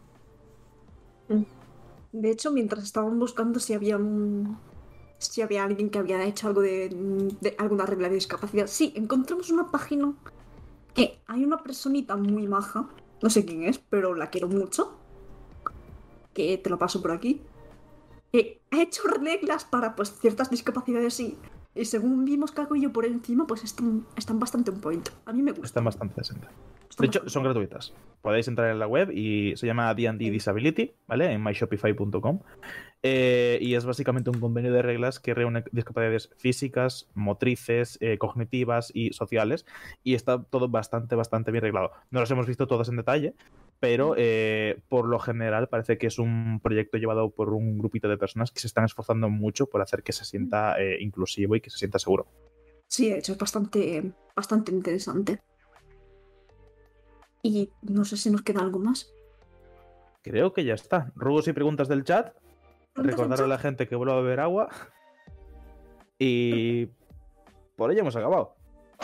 De hecho, mientras estaban buscando si había alguien que había hecho algo de alguna regla de discapacidad, sí, encontramos una página que hay una personita muy maja, no sé quién es, pero la quiero mucho, que te lo paso por aquí, que ha hecho reglas para pues ciertas discapacidades y según vimos Caco y yo por encima, pues están bastante on point. A mí me gusta. Están bastante decentes. De hecho, son gratuitas. Podéis entrar en la web y se llama D&D Disability, ¿vale? En myshopify.com. Y es básicamente un convenio de reglas que reúne discapacidades físicas, motrices, cognitivas y sociales. Y está todo bastante bien reglado. No los hemos visto todos en detalle, pero por lo general parece que es un proyecto llevado por un grupito de personas que se están esforzando mucho por hacer que se sienta inclusivo y que se sienta seguro. Sí, de hecho es bastante interesante. Y no sé si nos queda algo más. Creo que ya está. Ruegos y preguntas del chat. Recordar a la gente que vuelva a beber agua. Y por ello hemos acabado.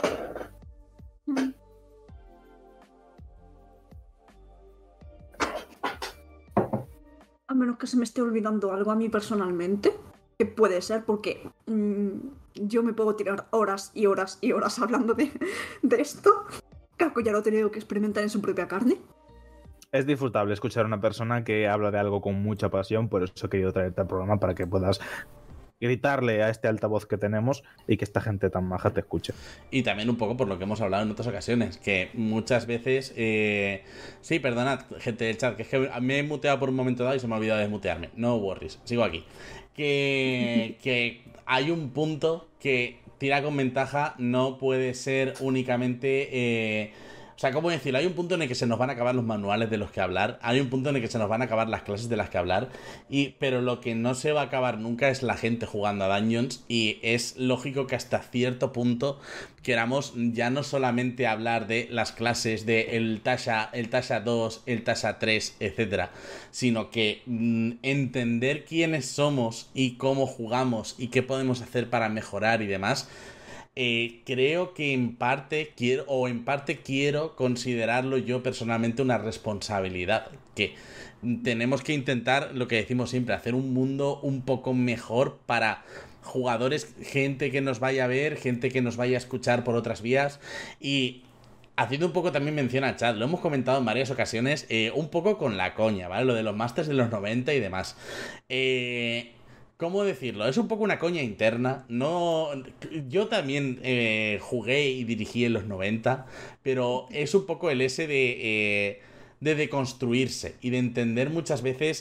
A menos que se me esté olvidando algo a mí personalmente, que puede ser porque yo me puedo tirar horas y horas y horas hablando de esto. Caco ya lo ha tenido que experimentar en su propia carne. Es disfrutable escuchar a una persona que habla de algo con mucha pasión, por eso he querido traerte al programa para que puedas gritarle a este altavoz que tenemos y que esta gente tan maja te escuche. Y también un poco por lo que hemos hablado en otras ocasiones, que muchas veces... Sí, perdonad, gente del chat, que es que me he muteado por un momento dado y se me ha olvidado desmutearme. No worries, sigo aquí. Que hay un punto que tira con ventaja no puede ser únicamente... O sea, ¿cómo decirlo? Hay un punto en el que se nos van a acabar los manuales de los que hablar, hay un punto en el que se nos van a acabar las clases de las que hablar, pero lo que no se va a acabar nunca es la gente jugando a Dungeons, y es lógico que hasta cierto punto queramos ya no solamente hablar de las clases de el Tasha 2, el Tasha 3, etcétera, sino que entender quiénes somos y cómo jugamos y qué podemos hacer para mejorar y demás. Creo que en parte quiero considerarlo yo personalmente una responsabilidad, que tenemos que intentar, lo que decimos siempre, hacer un mundo un poco mejor para jugadores, gente que nos vaya a ver, gente que nos vaya a escuchar por otras vías. Y haciendo un poco también mención al chat, lo hemos comentado en varias ocasiones, un poco con la coña, ¿vale? Lo de los masters de los 90 y demás. ¿Cómo decirlo? Es un poco una coña interna. No, yo también jugué y dirigí en los 90, pero es un poco el ese de deconstruirse y de entender muchas veces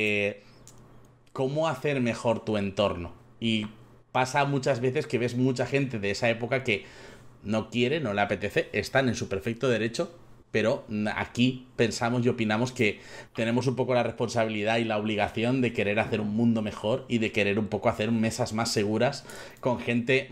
cómo hacer mejor tu entorno. Y pasa muchas veces que ves mucha gente de esa época que no quiere, no le apetece, están en su perfecto derecho, pero aquí pensamos y opinamos que tenemos un poco la responsabilidad y la obligación de querer hacer un mundo mejor y de querer un poco hacer mesas más seguras con gente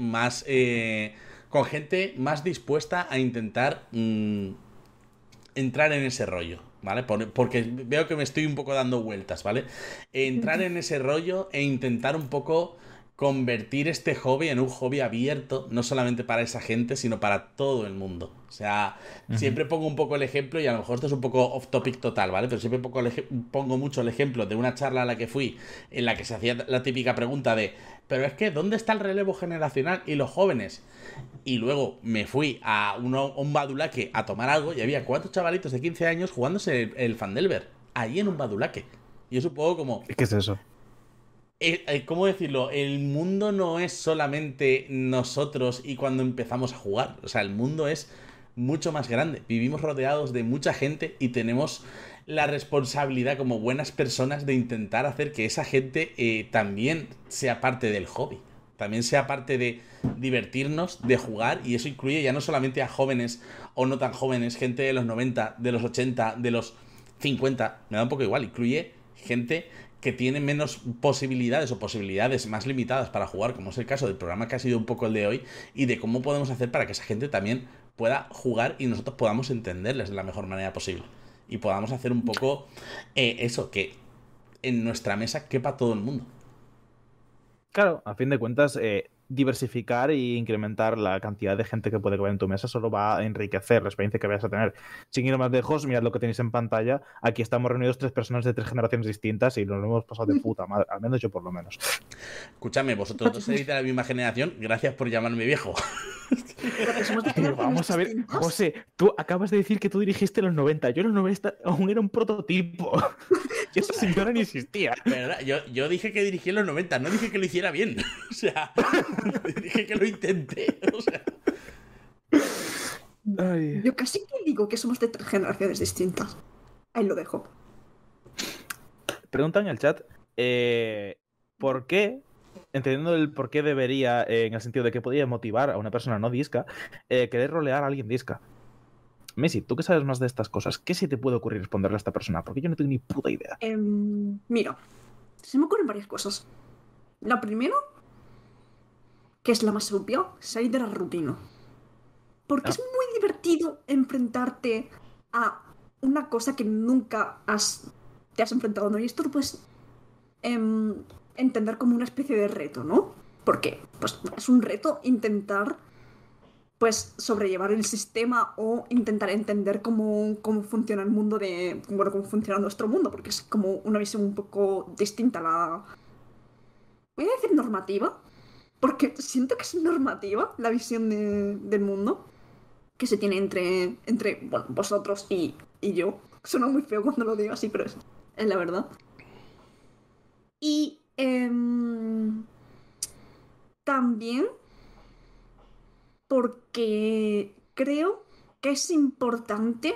más dispuesta a intentar entrar en ese rollo, ¿vale? Porque veo que me estoy un poco dando vueltas, ¿vale? Entrar en ese rollo e intentar un poco convertir este hobby en un hobby abierto, no solamente para esa gente, sino para todo el mundo. O sea, siempre pongo un poco el ejemplo, y a lo mejor esto es un poco off topic total, ¿vale? Pero siempre pongo mucho el ejemplo de una charla a la que fui, en la que se hacía la típica pregunta de, pero es que, ¿dónde está el relevo generacional y los jóvenes? Y luego me fui a un badulaque a tomar algo y había 4 chavalitos de 15 años jugándose el Fandelver, ahí en un badulaque. Y es un poco como... ¿Qué es eso? ¿Cómo decirlo? El mundo no es solamente nosotros y cuando empezamos a jugar. O sea, el mundo es mucho más grande. Vivimos rodeados de mucha gente y tenemos la responsabilidad como buenas personas de intentar hacer que esa gente también sea parte del hobby. También sea parte de divertirnos, de jugar, y eso incluye ya no solamente a jóvenes o no tan jóvenes, gente de los 90, de los 80, de los 50, me da un poco igual, incluye gente que tiene menos posibilidades o posibilidades más limitadas para jugar, como es el caso del programa que ha sido un poco el de hoy, y de cómo podemos hacer para que esa gente también pueda jugar y nosotros podamos entenderles de la mejor manera posible. Y podamos hacer un poco eso, que en nuestra mesa quepa todo el mundo. Claro, a fin de cuentas, diversificar e incrementar la cantidad de gente que puede caber en tu mesa solo va a enriquecer la experiencia que vayas a tener. Sin ir más lejos, mirad lo que tenéis en pantalla. Aquí estamos reunidos 3 personas de 3 generaciones distintas y nos lo hemos pasado de puta madre, al menos yo por lo menos. Escúchame, vosotros dos seréis de la misma generación, gracias por llamarme viejo. Pero vamos a ver, José, tú acabas de decir que tú dirigiste los 90. Yo en los 90 aún era un prototipo. Y esa señora ni existía. ¿Verdad? Yo dije que dirigí en los 90, no dije que lo hiciera bien. O sea, dije que lo intenté. O sea. Ay. Yo casi que digo que somos de 3 generaciones distintas. Ahí lo dejo. Preguntan en el chat, ¿por qué? Entendiendo el por qué debería, en el sentido de que podría motivar a una persona no disca, querer rolear a alguien disca. Messi, tú que sabes más de estas cosas, ¿qué se te puede ocurrir responderle a esta persona? Porque yo no tengo ni puta idea. Mira, se me ocurren varias cosas. La primera, que es la más obvia, salir de la rutina. Porque es muy divertido enfrentarte a una cosa que nunca te has enfrentado, ¿no? Y esto lo puedes entender como una especie de reto, ¿no? Porque pues, es un reto intentar pues sobrellevar el sistema o intentar entender cómo funciona el mundo cómo funciona nuestro mundo, porque es como una visión un poco distinta a la... Voy a decir normativa, porque siento que es normativa la visión del mundo que se tiene entre bueno, vosotros y yo. Suena muy feo cuando lo digo así, pero es la verdad. Y también porque creo que es importante.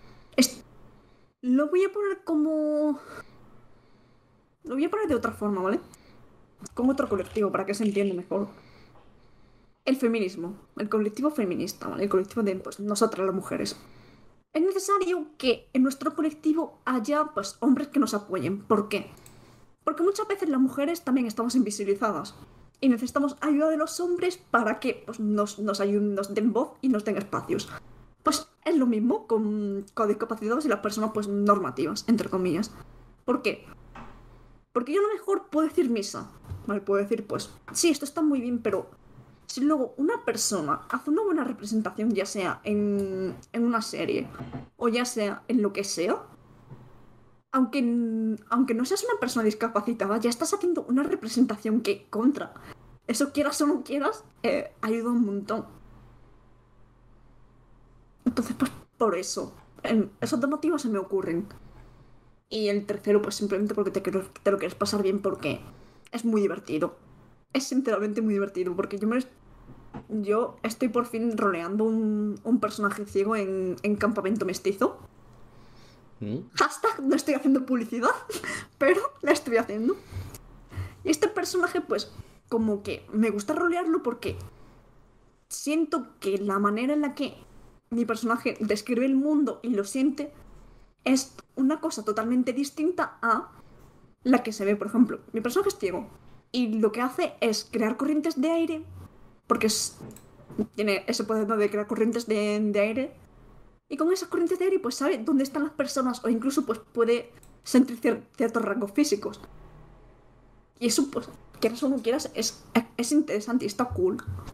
Lo voy a poner como... Lo voy a poner de otra forma, ¿vale? Con otro colectivo, para que se entienda mejor. El feminismo, el colectivo feminista, ¿vale? El colectivo de pues, nosotras las mujeres. Es necesario que en nuestro colectivo haya pues, hombres que nos apoyen. ¿Por qué? Porque muchas veces las mujeres también estamos invisibilizadas. Y necesitamos ayuda de los hombres para que pues, nos ayuden, nos den voz y nos den espacios. Pues es lo mismo con discapacitados y las personas pues, normativas, entre comillas. ¿Por qué? Porque yo a lo mejor puedo decir misa, ¿vale? Puedo decir, pues, sí, esto está muy bien, pero si luego una persona hace una buena representación, ya sea en una serie o ya sea en lo que sea, aunque no seas una persona discapacitada, ya estás haciendo una representación que contra eso, quieras o no quieras, ayuda un montón. Entonces, pues, por eso, esos dos motivos se me ocurren. Y el tercero, pues simplemente porque te lo quieres pasar bien, porque es muy divertido. Es sinceramente muy divertido porque yo estoy por fin roleando un personaje ciego en Campamento Mestizo. Hashtag, no estoy haciendo publicidad, pero la estoy haciendo. Y este personaje, pues, como que me gusta rolearlo porque siento que la manera en la que mi personaje describe el mundo y lo siente es una cosa totalmente distinta a la que se ve. Por ejemplo, mi personaje es ciego y lo que hace es crear corrientes de aire, porque tiene ese poder de crear corrientes de aire, y con esas corrientes de aire pues sabe dónde están las personas o incluso pues puede sentir ciertos rangos físicos. Y eso, pues, quieras o no quieras, es interesante y está cool.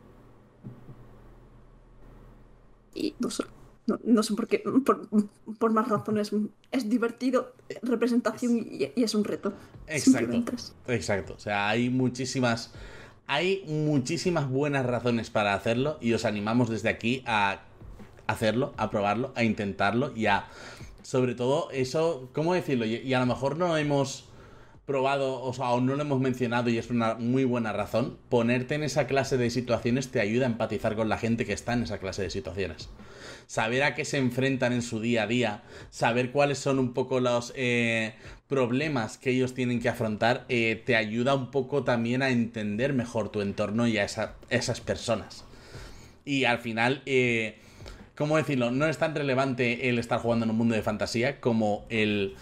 Y no sé por qué, por más razones, es divertido, representación y es un reto. Exacto. O sea, hay muchísimas buenas razones para hacerlo y os animamos desde aquí a hacerlo, a probarlo, a intentarlo y a, sobre todo, eso, ¿cómo decirlo? Y a lo mejor no hemos probado, o sea, o no lo hemos mencionado y es una muy buena razón, ponerte en esa clase de situaciones te ayuda a empatizar con la gente que está en esa clase de situaciones. Saber a qué se enfrentan en su día a día, saber cuáles son un poco los problemas que ellos tienen que afrontar, te ayuda un poco también a entender mejor tu entorno y a esas personas. Y al final, ¿cómo decirlo? No es tan relevante el estar jugando en un mundo de fantasía como el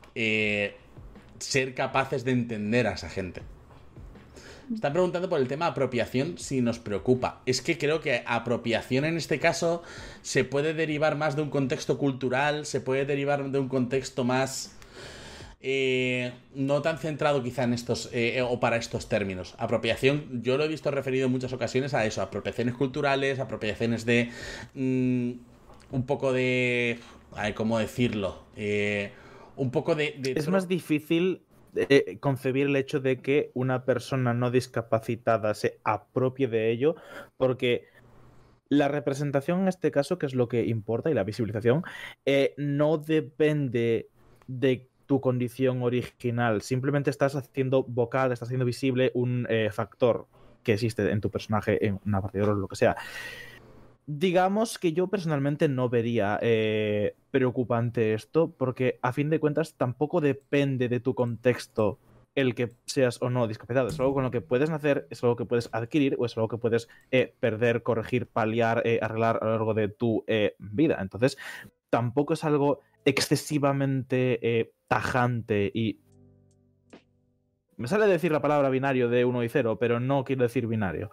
ser capaces de entender a esa gente. Están preguntando por el tema apropiación si nos preocupa. Es que creo que apropiación en este caso se puede derivar más de un contexto cultural, se puede derivar de un contexto más no tan centrado quizá en estos o para estos términos. Apropiación, yo lo he visto referido en muchas ocasiones a eso, apropiaciones culturales, apropiaciones de un poco de... ¿cómo decirlo? Un poco de es más difícil concebir el hecho de que una persona no discapacitada se apropie de ello, porque la representación en este caso, que es lo que importa, y la visibilización, no depende de tu condición original. Simplemente estás haciendo vocal, estás haciendo visible un factor que existe en tu personaje, en una partida o lo que sea. Digamos que yo personalmente no vería preocupante esto, porque a fin de cuentas tampoco depende de tu contexto el que seas o no discapacitado. Es algo con lo que puedes nacer, es algo que puedes adquirir o es algo que puedes perder, corregir, paliar, arreglar a lo largo de tu vida. Entonces, tampoco es algo excesivamente tajante y... Me sale decir la palabra binario de 1 y 0, pero no quiero decir binario.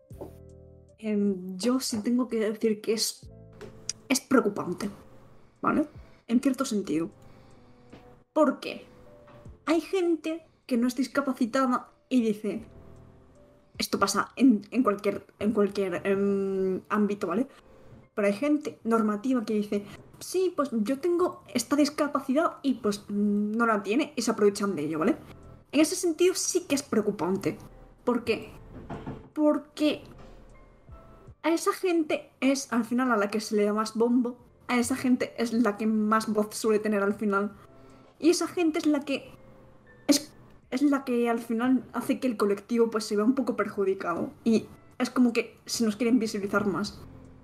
Yo sí tengo que decir que es preocupante, ¿vale? En cierto sentido. Porque hay gente que no es discapacitada y dice, esto pasa en cualquier ámbito, ¿vale? Pero hay gente normativa que dice, sí, pues yo tengo esta discapacidad y pues no la tiene y se aprovechan de ello, ¿vale? En ese sentido sí que es preocupante. ¿Por qué? Porque a esa gente es al final a la que se le da más bombo, a esa gente es la que más voz suele tener al final. Y esa gente es la que es la que al final hace que el colectivo pues se vea un poco perjudicado. Y es como que se nos quieren visibilizar más.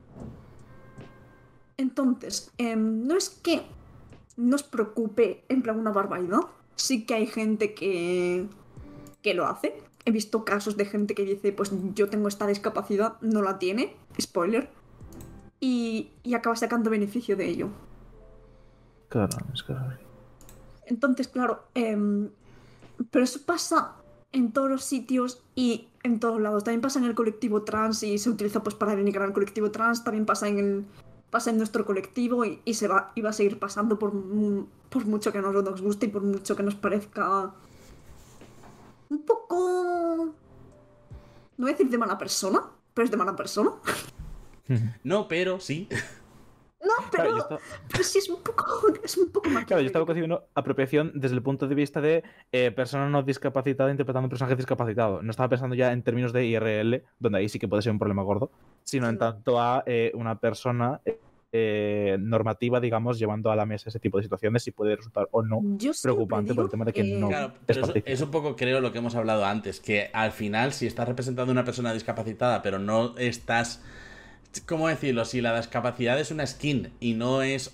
Entonces, no es que nos preocupe en plan una barbaridad. Sí que hay gente que lo hace. He visto casos de gente que dice, pues yo tengo esta discapacidad, no la tiene, spoiler, y acaba sacando beneficio de ello. Claro, es claro. Entonces, claro, pero eso pasa en todos los sitios y en todos lados. También pasa en el colectivo trans y se utiliza pues para denigrar al colectivo trans. También pasa en nuestro colectivo y va a seguir pasando por mucho que no nos guste y por mucho que nos parezca un poco... No voy a decir de mala persona, pero es de mala persona. No, pero sí. No, pero sí es un poco más. Claro, yo estaba considerando apropiación desde el punto de vista de persona no discapacitada interpretando un personaje discapacitado. No estaba pensando ya en términos de IRL, donde ahí sí que puede ser un problema gordo, sino en tanto a una persona normativa, digamos, llevando a la mesa ese tipo de situaciones y puede resultar o no Yo siempre preocupante por el digo tema de que no Claro, es pero pacífico. es un poco, creo, lo que hemos hablado antes, que al final, si estás representando a una persona discapacitada, pero no estás... ¿Cómo decirlo? Si la discapacidad es una skin y no es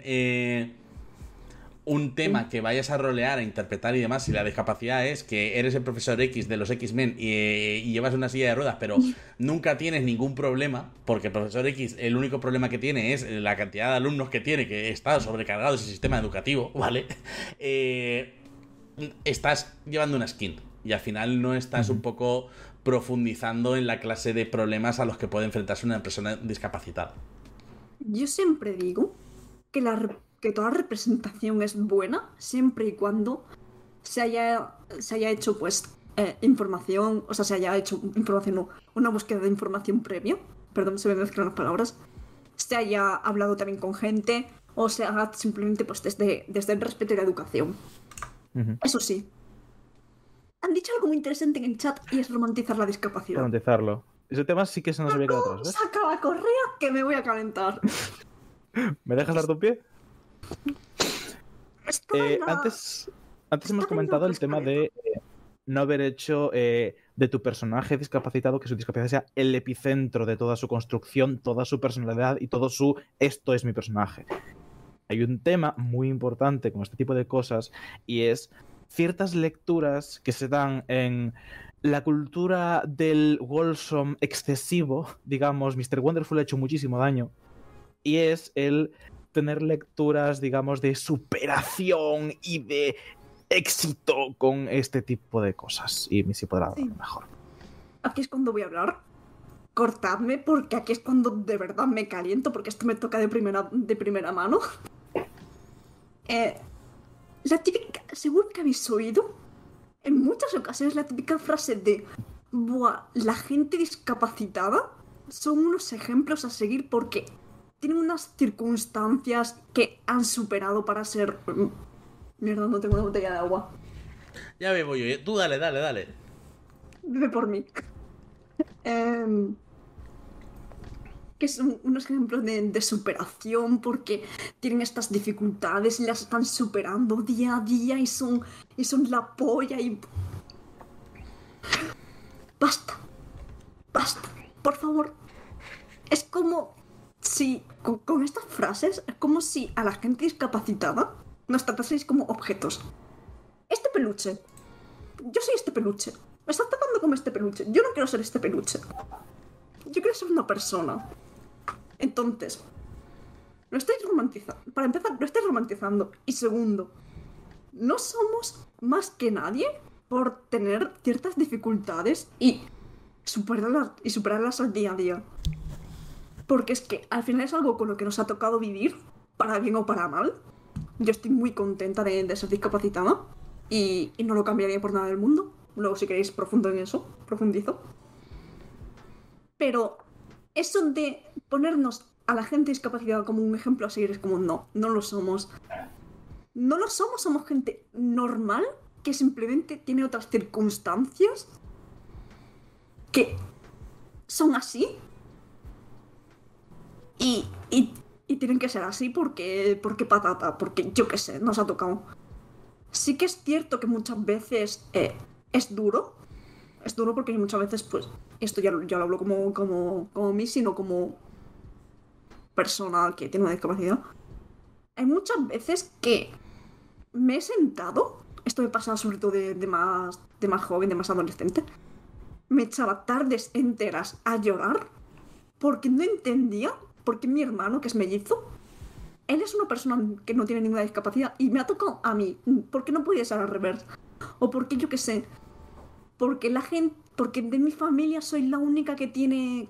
un tema que vayas a rolear, a interpretar y demás, si la discapacidad es que eres el profesor X de los X-Men y llevas una silla de ruedas, pero nunca tienes ningún problema, porque el profesor X, el único problema que tiene es la cantidad de alumnos que tiene, que está sobrecargado ese sistema educativo, ¿vale? Estás llevando una skin y al final no estás un poco profundizando en la clase de problemas a los que puede enfrentarse una persona discapacitada. Yo siempre digo que, que toda representación es buena siempre y cuando se haya hecho pues información, o sea, se haya hecho información, no, una búsqueda de información previa, perdón, se me mezclan las palabras, se haya hablado también con gente o se haga simplemente pues desde el respeto y la educación. Eso sí. Han dicho algo muy interesante en el chat y es romantizar la discapacidad. Romantizarlo. Ese tema sí que se nos había quedado atrás, ¿ves? Saca la correa que me voy a calentar. ¿Me dejas dar tu pie? Antes hemos comentado el tema de no haber hecho de tu personaje discapacitado que su discapacidad sea el epicentro de toda su construcción, toda su personalidad y todo su esto es mi personaje. Hay un tema muy importante con este tipo de cosas y es ciertas lecturas que se dan en la cultura del wholesome excesivo, digamos, Mr. Wonderful ha hecho muchísimo daño, y es el tener lecturas, digamos, de superación y de éxito con este tipo de cosas. Y Missy podrá hablar mejor. Aquí es cuando voy a hablar. Cortadme, porque aquí es cuando de verdad me caliento, porque esto me toca de primera mano. La típica, seguro que habéis oído en muchas ocasiones la típica frase de buah, la gente discapacitada son unos ejemplos a seguir porque tienen unas circunstancias que han superado para ser... Mierda, no tengo una botella de agua. Ya bebo yo, tú dale. Bebe por mí. Que son unos ejemplos de superación porque tienen estas dificultades y las están superando día a día y son la polla y... Basta, por favor. Es como si, con estas frases, es como si a la gente discapacitada nos trataseis como objetos. Este peluche. Yo soy este peluche. Me estás tratando como este peluche. Yo no quiero ser este peluche. Yo quiero ser una persona. Entonces, lo estáis romantizando. Para empezar, lo estáis romantizando. Y segundo, no somos más que nadie por tener ciertas dificultades y superarlas al día a día. Porque es que al final es algo con lo que nos ha tocado vivir, para bien o para mal. Yo estoy muy contenta de ser discapacitada y no lo cambiaría por nada del mundo. Luego, si queréis, profundizo. Pero eso de ponernos a la gente discapacitada como un ejemplo a seguir es como no lo somos. No lo somos, somos gente normal que simplemente tiene otras circunstancias que son así y tienen que ser así porque patata, porque yo qué sé, nos ha tocado. Sí que es cierto que muchas veces es duro porque muchas veces, pues, esto ya lo hablo como mí, sino como persona que tiene una discapacidad. Hay muchas veces que me he sentado, esto me pasaba sobre todo de más joven, de más adolescente, me echaba tardes enteras a llorar porque no entendía por qué mi hermano, que es mellizo, él es una persona que no tiene ninguna discapacidad y me ha tocado a mí. ¿Por qué no podía ser al revés? O porque yo qué sé, porque de mi familia soy la única que tiene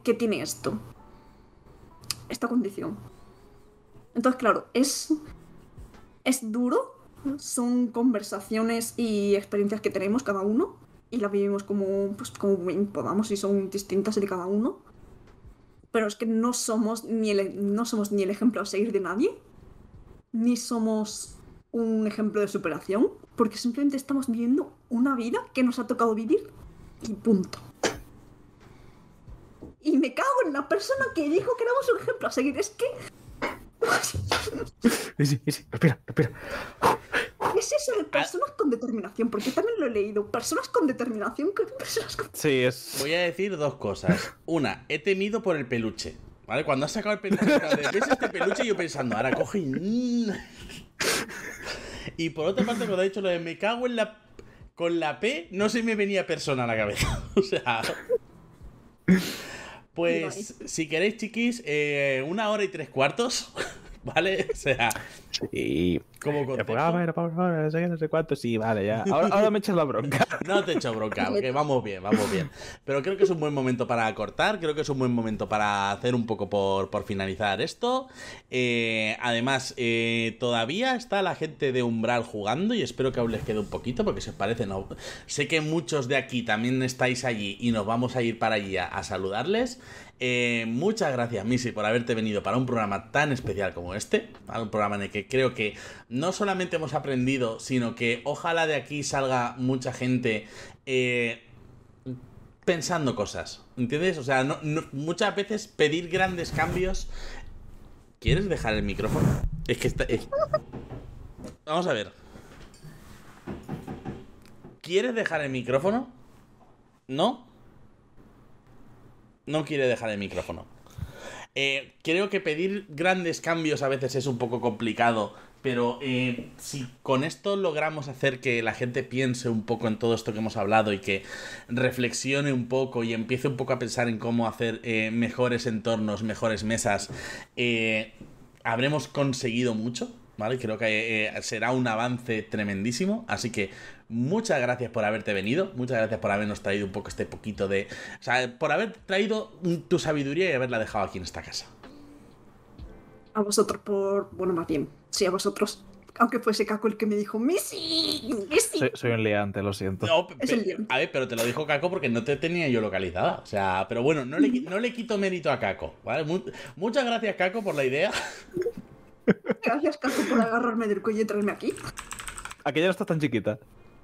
esta condición. Entonces, claro, es duro, son conversaciones y experiencias que tenemos cada uno y las vivimos como bien podamos y son distintas de cada uno. Pero es que no somos ni el ejemplo a seguir de nadie, ni somos un ejemplo de superación, porque simplemente estamos viviendo una vida que nos ha tocado vivir y punto. Y me cago en la persona que dijo que éramos un ejemplo a seguir. Es que Sí, respira. Es eso de personas con determinación, porque también lo he leído. Personas con determinación, que personas con... Sí, es... Voy a decir dos cosas. Una, he temido por el peluche. ¿Vale? Cuando has sacado el peluche, ves este peluche, yo pensando, ahora coge y... Y por otra parte, cuando he dicho lo de me cago en la... Con la P, no se me venía persona a la cabeza. O sea... Pues, si queréis, chiquis, 1 hora y 3/4, ¿vale? O sea... Sí. Como El concepto. programa era para no sé cuánto. Sí, vale, ya. Ahora me echas la bronca. No te echo bronca, porque vamos bien. Pero creo que es un buen momento para cortar, creo que es un buen momento para hacer un poco por finalizar esto. Además, todavía está la gente de Umbral jugando y espero que aún les quede un poquito, porque si os parece, no. Sé que muchos de aquí también estáis allí y nos vamos a ir para allí a saludarles. Muchas gracias, Missy, por haberte venido para un programa tan especial como este, ¿vale? Un programa en el que creo que no solamente hemos aprendido, sino que ojalá de aquí salga mucha gente pensando cosas, ¿entiendes? O sea, muchas veces pedir grandes cambios... ¿Quieres dejar el micrófono? Es que está... Vamos a ver. ¿Quieres dejar el micrófono? ¿No? No quiere dejar el micrófono. Creo que pedir grandes cambios a veces es un poco complicado, pero si con esto logramos hacer que la gente piense un poco en todo esto que hemos hablado y que reflexione un poco y empiece un poco a pensar en cómo hacer mejores entornos, mejores mesas, habremos conseguido mucho, ¿vale? Creo que será un avance tremendísimo, así que muchas gracias por haberte venido, muchas gracias por habernos traído un poco este poquito de... O sea, por haber traído tu sabiduría y haberla dejado aquí en esta casa. A vosotros por... Bueno, más bien, sí, a vosotros. Aunque fuese Caco el que me dijo, Missy. Soy un liante, lo siento. No, Es el liante. a ver, pero te lo dijo Caco porque no te tenía yo localizada. O sea, pero bueno, no le quito mérito a Caco, ¿vale? Muchas gracias, Caco, por la idea. Gracias, Caco, por agarrarme del cuello y traerme aquí. Aquella no está tan chiquita.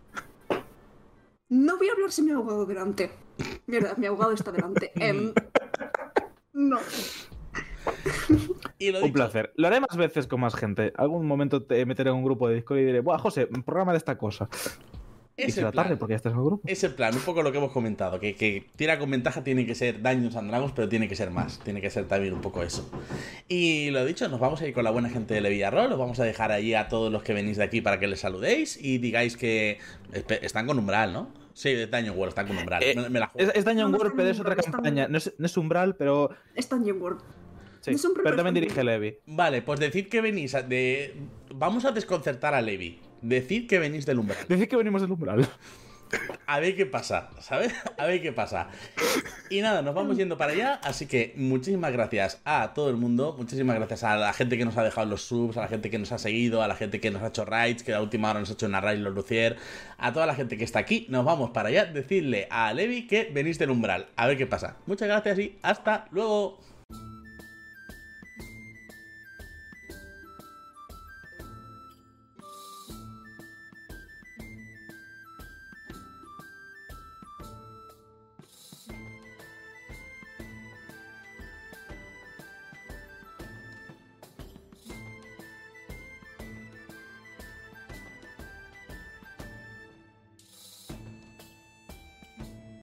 No voy a hablar si mi abogado delante. Mierda, mi abogado está delante. No. Y lo Un dicho, placer. Lo haré más veces con más gente. Algún momento te meteré en un grupo de Discord y diré, buah, José, un programa de esta cosa. Y es será el plan. tarde porque ya estás en el grupo. Es el plan, un poco lo que hemos comentado, que tira con ventaja tiene que ser Dungeons and Dragons, pero tiene que ser más, tiene que ser también un poco eso. Y lo dicho, nos vamos a ir con la buena gente de Villarroel, os vamos a dejar allí a todos los que venís de aquí para que les saludéis y digáis que están con Umbral, ¿no? Sí, de Dungeon World, están con Umbral. Me la juego. Es Dungeon No, World, pero es otra está campaña. No es Umbral, pero... Está en New World. Sí, Es un pero también preperfecto. dirige Levi. Vale, pues decid que venís de... Vamos a desconcertar a Levi. Decid que venís del Umbral. Decir que venimos del Umbral. A ver qué pasa, ¿sabes? A ver qué pasa. Y nada, nos vamos yendo para allá. Así que muchísimas gracias a todo el mundo. Muchísimas gracias a la gente que nos ha dejado los subs, a la gente que nos ha seguido, a la gente que nos ha hecho raids, que a última hora nos ha hecho una raid los Lucier, a toda la gente que está aquí. Nos vamos para allá. Decidle a Levi que venís del Umbral. A ver qué pasa. Muchas gracias y hasta luego.